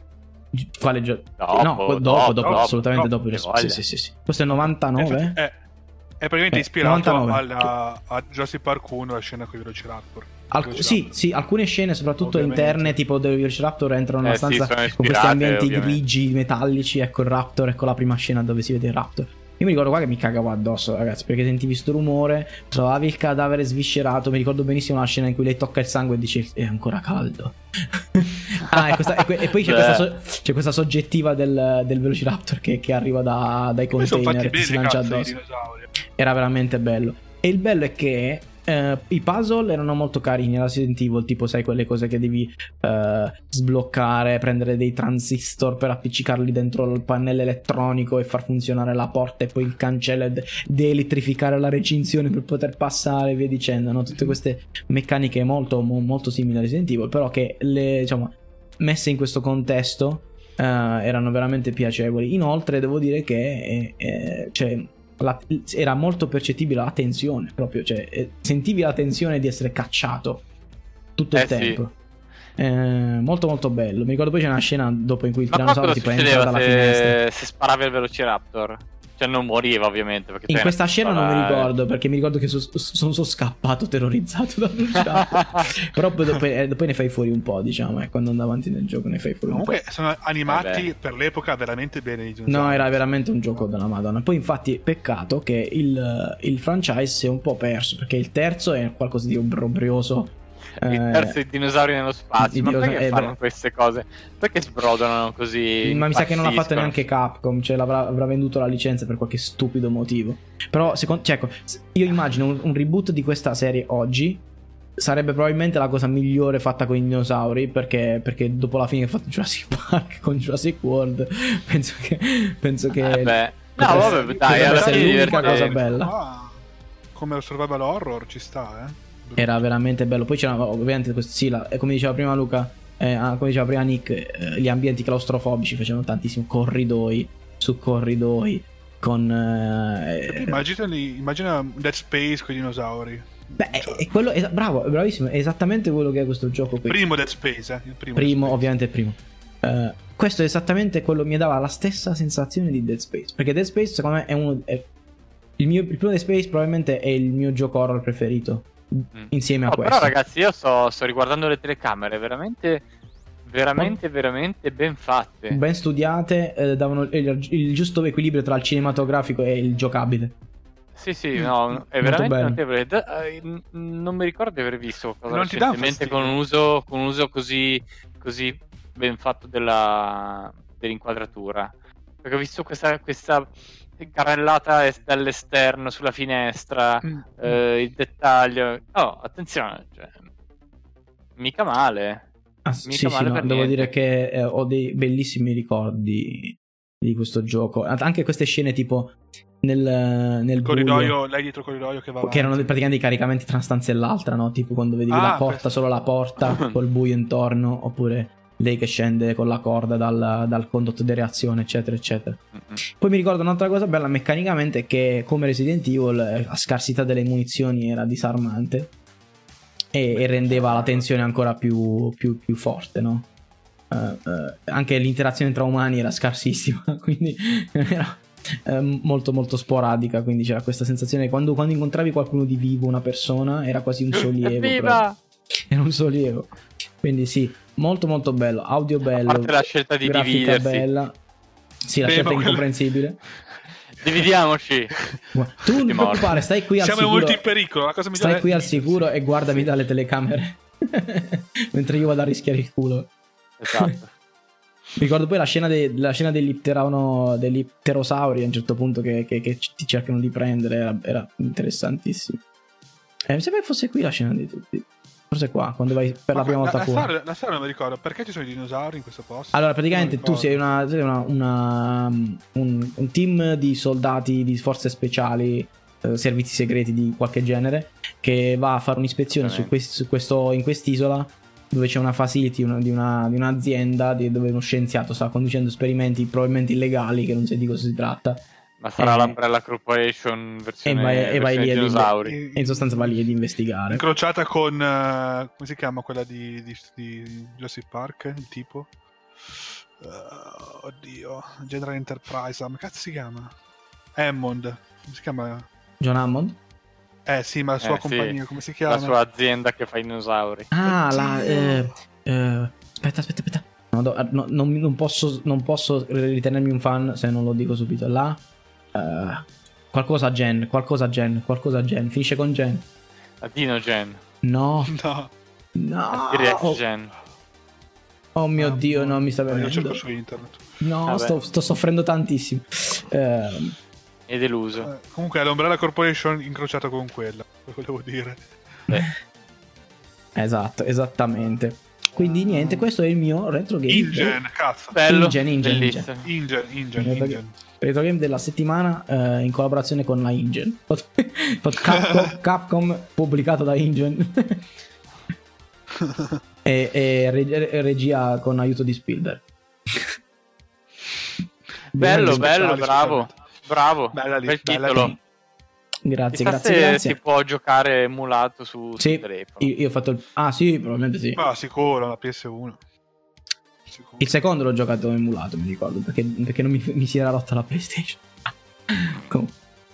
Quale gioco? Dopo, no, dopo, dopo, dopo, dopo, assolutamente dopo, dopo. che Sì, voglia. sì, sì, sì. Questo è novantanove? Eh, È praticamente Eh, ispirato novantanove. alla, a Jurassic Park uno, la scena con i Velociraptor. Alc- Velociraptor. sì, sì, alcune scene, soprattutto Ovviamente. interne, tipo dove i Velociraptor entrano in una Eh, sì, stanza sono con questi ispirate, ambienti ovviamente. grigi, metallici, ecco il Raptor, ecco la prima scena dove si vede il Raptor. Io mi ricordo qua che mi cagavo addosso, ragazzi, perché sentivi sto rumore, trovavi il cadavere sviscerato, mi ricordo benissimo la scena in cui lei tocca il sangue e dice è ancora caldo. ah, e, questa- e que- e poi c'è questa, so- c'è questa soggettiva del, del Velociraptor che, che arriva da- dai Poi sono fatti container e si bene, lancia cazzo, i addosso. dinosauri. Era veramente bello. E il bello è che eh, i puzzle erano molto carini alla Resident Evil, tipo sai quelle cose che devi eh, sbloccare, prendere dei transistor per appiccicarli dentro il pannello elettronico e far funzionare la porta e poi il cancello e de- deelettrificare la recinzione per poter passare e via dicendo, no? Tutte queste meccaniche molto, mo- molto simili a Resident Evil, però che le, diciamo, messe in questo contesto eh, erano veramente piacevoli. Inoltre devo dire che eh, eh, cioè, la- era molto percettibile la tensione proprio, cioè eh, sentivi la tensione di essere cacciato tutto il Eh, sì. tempo. Eh, molto molto bello. Mi ricordo poi c'è una scena dopo in cui il Ma qua tirannosauro cosa tipo entra succedeva dalla finestra. se, se sparavi al Velociraptor? Cioè non moriva ovviamente perché In te questa ne scena non mi sparare. ricordo, perché mi ricordo che so- sono so scappato terrorizzato dal Velociraptor. Però poi dopo, eh, dopo ne fai fuori un po', diciamo, eh, quando andavo avanti nel gioco ne fai fuori un po'. Comunque sono animati Vabbè. per l'epoca veramente bene i dinosauri. No, era veramente un gioco della Madonna. Poi infatti peccato che il, il franchise si è un po' perso, perché il terzo è qualcosa di obbrobrioso. Il Eh, terzo i dinosauri nello spazio. i Ma dinosauri- perché eh, fanno beh. queste cose? Perché sbrodano così? Ma mi sa che non l'ha fatto impazziscono? neanche Capcom, cioè l'avrà, avrà venduto la licenza per qualche stupido motivo. Però secondo, cioè, ecco, s- io immagino un, un reboot di questa serie oggi sarebbe probabilmente la cosa migliore fatta con i dinosauri, perché, perché dopo la fine che ha fatto Jurassic Park con Jurassic World penso che penso che Eh beh. No, potrebbe- vabbè, dai, potrebbe alla essere fine l'unica cosa divertente. bella. Ah, come il survival horror ci sta, eh. Era veramente bello. Poi c'era ovviamente questo, sì, la- come diceva prima Luca, eh, ah, come diceva prima Nick, eh, gli ambienti claustrofobici facevano tantissimo, corridoi su corridoi con eh, E poi immagina, immagina Dead Space con i dinosauri. beh, è, Cioè, è quello, è, bravo, è bravissimo, è esattamente quello che è questo gioco qui. primo Dead Space, eh. Il primo, Primo, Dead Space. ovviamente il primo. Eh, questo è esattamente quello, mi dava la stessa sensazione di Dead Space, perché Dead Space secondo me è uno è- il mio il primo Dead Space probabilmente è il mio gioco horror preferito insieme a Oh, questo. però ragazzi, io sto, sto riguardando le telecamere, veramente, veramente, veramente ben fatte. Ben studiate, eh, davano il, il giusto equilibrio tra il cinematografico e il giocabile. Sì, sì, no, è Molto veramente bello. notevole. Da- eh, n- non mi ricordo di aver visto qualcosa Non ti dà recentemente fastidio? con un uso, con un uso così, così ben fatto della, dell'inquadratura. Perché ho visto questa, questa carrellata es- dall'esterno sulla finestra, Mm. eh, il dettaglio. Oh, attenzione, cioè, mica male. Ah, Mica sì, sì, male no, per devo niente. dire che eh, ho dei bellissimi ricordi di questo gioco. Anche queste scene tipo nel, nel Corridoio, buio, lei dietro il corridoio che va che erano avanti. praticamente i caricamenti tra una stanza e l'altra, no? Tipo quando vedevi Ah, la porta, questo. solo la porta, col buio intorno, oppure lei che scende con la corda dal, dal condotto di reazione, eccetera, eccetera. Mm-mm. Poi mi ricordo un'altra cosa bella meccanicamente, che come Resident Evil eh, la scarsità delle munizioni era disarmante e, e rendeva la tensione ancora più, più, più forte, no? Eh, eh, anche l'interazione tra umani era scarsissima, quindi era eh, molto molto sporadica, quindi c'era questa sensazione che quando, quando incontravi qualcuno di vivo, una persona, era quasi un sollievo. Evviva! proprio. Era un sollievo. Quindi sì, molto molto bello, audio bello, A parte la scelta di grafica dividersi. bella. Sì, la Beh, scelta è ma quello- incomprensibile. Dividiamoci. Guarda, tu non ti morto. preoccupare, stai qui al Siamo sicuro. molto in pericolo. La cosa migliore Stai è qui al dividersi. sicuro e guardami dalle telecamere. Mentre io vado a rischiare il culo. Esatto. Mi ricordo poi la scena, de- la scena degli, pterano- degli pterosauri a un certo punto che, che- che ti cercano di prendere. Era, era interessantissimo. Eh, mi sembra che fosse qui la scena di tutti. Forse qua, quando vai per la Ma prima la, volta la fuori. storia, la storia non mi ricordo. Perché ci sono i dinosauri in questo posto? Allora, praticamente Non tu ricordo. sei, una, sei una- una- un, un team di soldati di forze speciali, eh, servizi segreti di qualche genere, che va a fare un'ispezione su, quest- su questo, in quest'isola, dove c'è una facility una- di, una, di un'azienda di- dove uno scienziato sta conducendo esperimenti probabilmente illegali, che non sai di cosa si tratta. Ma sarà Eh, l'Umbrella Corporation E versione, vai, e vai versione lì ad dinosauri. inve- e in sostanza vai lì ad investigare. Incrociata con eh, come si chiama quella di, di, di Jurassic Park? Il tipo? Uh, oddio, General Enterprise. Ma cazzo si chiama? Hammond. Come si chiama? John Hammond? Eh sì, ma la sua Eh, compagnia, sì. come si chiama? La sua azienda che fa i dinosauri. Ah, la... Oddio. eh, eh, aspetta, aspetta, aspetta. No, do- no, non, non posso, non posso ritenermi un fan se non lo dico subito. La... eh, qualcosa Gen, qualcosa Gen, qualcosa Gen. Finisce con Gen. La Dino Gen. No, No. no. T-Rex Oh, Gen. oh mio Ah, Dio, no, mi sta no, io cerco venendo. su internet. No, Vabbè. sto, sto soffrendo tantissimo. Eh, È deluso. Eh, comunque è l'Umbrella Corporation incrociata con quella, lo volevo dire. Beh, esatto, esattamente. Quindi niente, questo è il mio retro game. Ingen, cazzo. bello, Ingen, Ingen, bellissimo. Ingen, Ingen, Retro, Ingen. retro game della settimana eh, in collaborazione con la Ingen. Capcom, Capcom pubblicato da Ingen. e, e reg- regia con aiuto di Spielberg. Bello, speciali, bello, bravo. specialmente. Bravo. Bella lì, Bel bella titolo. lì. Grazie, Chissà grazie, se grazie. si può giocare emulato su, Sì, sul telefono. io, io ho fatto il... Ah sì, probabilmente sì. Ma sicuro, la P S uno. Sicuro. Il secondo l'ho giocato emulato, mi ricordo, perché, perché non mi, mi si era rotta la PlayStation. Comunque.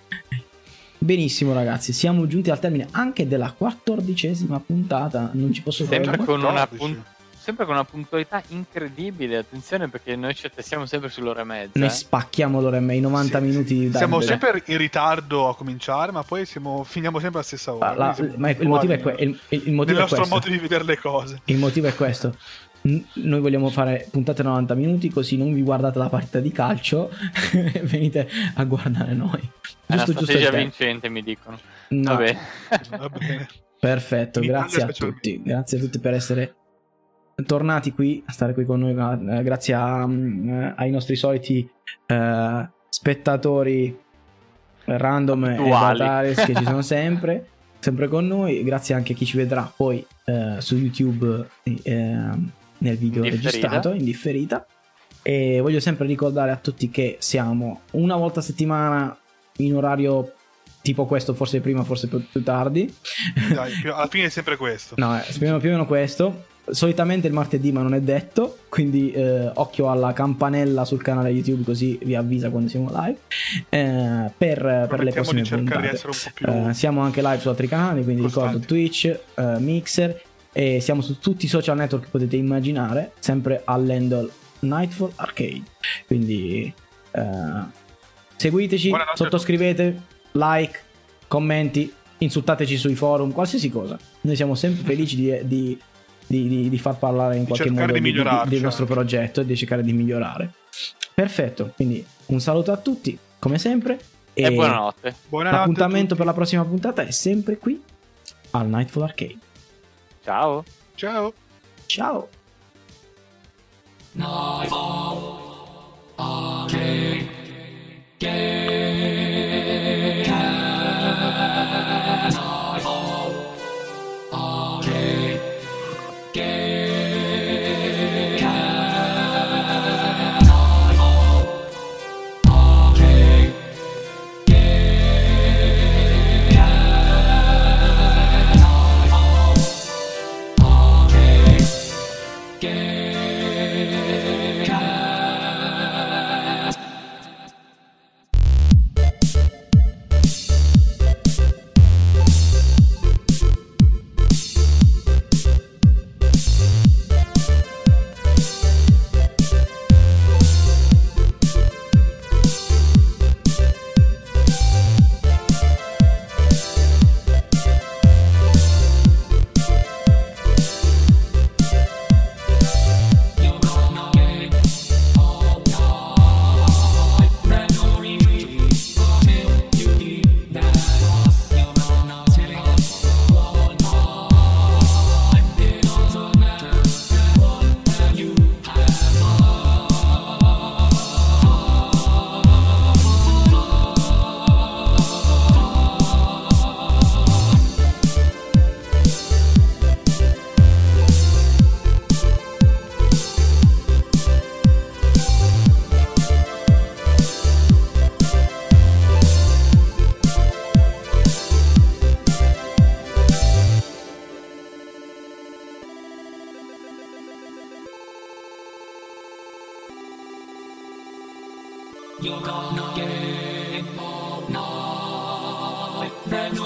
Benissimo ragazzi, siamo giunti al termine anche della quattordicesima puntata. Non ci posso Sempre credere. con, una quattordici. pun- sempre con una puntualità incredibile. Attenzione, perché noi ci attestiamo sempre sull'ora e mezza. Noi eh. spacchiamo l'ora e mezza, i novanta Sì, minuti. dai, Siamo dai. sempre in ritardo a cominciare, ma poi siamo, finiamo sempre alla stessa ora. Ah, la- quindi siamo ma il motivo è, que- puntuali il, il- il motivo nel è nostro questo. modo di vedere le cose. Il motivo è questo. N- Noi vogliamo fare puntate novanta minuti, così non vi guardate la partita di calcio e venite a guardare noi. È una Giusto, giusto il strategia tempo. vincente, mi dicono. No. Vabbè. Va bene. Perfetto, In grazie a Italia specialmente. tutti. Grazie a tutti per essere tornati qui, a stare qui con noi. eh, grazie a, mm, ai nostri soliti eh, spettatori random e Abituali. avataris che ci sono sempre, sempre con noi. Grazie anche a chi ci vedrà poi eh, su YouTube eh, nel video In differita. registrato in differita. E voglio sempre ricordare a tutti che siamo una volta a settimana in orario tipo questo, forse prima, forse più più tardi. Dai, più- alla fine è sempre questo. No, eh, più o meno- più o meno questo. Solitamente il martedì, ma non è detto. Quindi eh, occhio alla campanella sul canale YouTube, così vi avvisa quando siamo live. eh, per, per le Promettiamo prossime di cercare di puntate. essere un po' più Eh, siamo anche live su altri canali, quindi ricordo costanti. Twitch, eh, Mixer. E siamo su tutti i social network che potete immaginare, sempre all'handle Nightfall Arcade. Quindi eh, seguiteci, Buonanotte a sottoscrivete, like, commenti, insultateci sui forum, qualsiasi cosa. Noi siamo sempre felici di, di, di, di- di far parlare in Di qualche cercare modo di di- di- migliorarci del nostro anche. progetto e di cercare di migliorare. Perfetto, quindi un saluto a tutti, come sempre. E buonanotte. Buonanotte a L'appuntamento tutti. per la prossima puntata è sempre qui al Nightfall Arcade. Ciao. Ciao. Ciao! Nightfall Arcade Game. Nightfall Arcade Game. Nightfall Arcade Game. Nightfall Arcade Game. You're gonna get all night. Memory until you get that lost. You're gonna take all night. It doesn't matter what you You're gonna get all night. prendo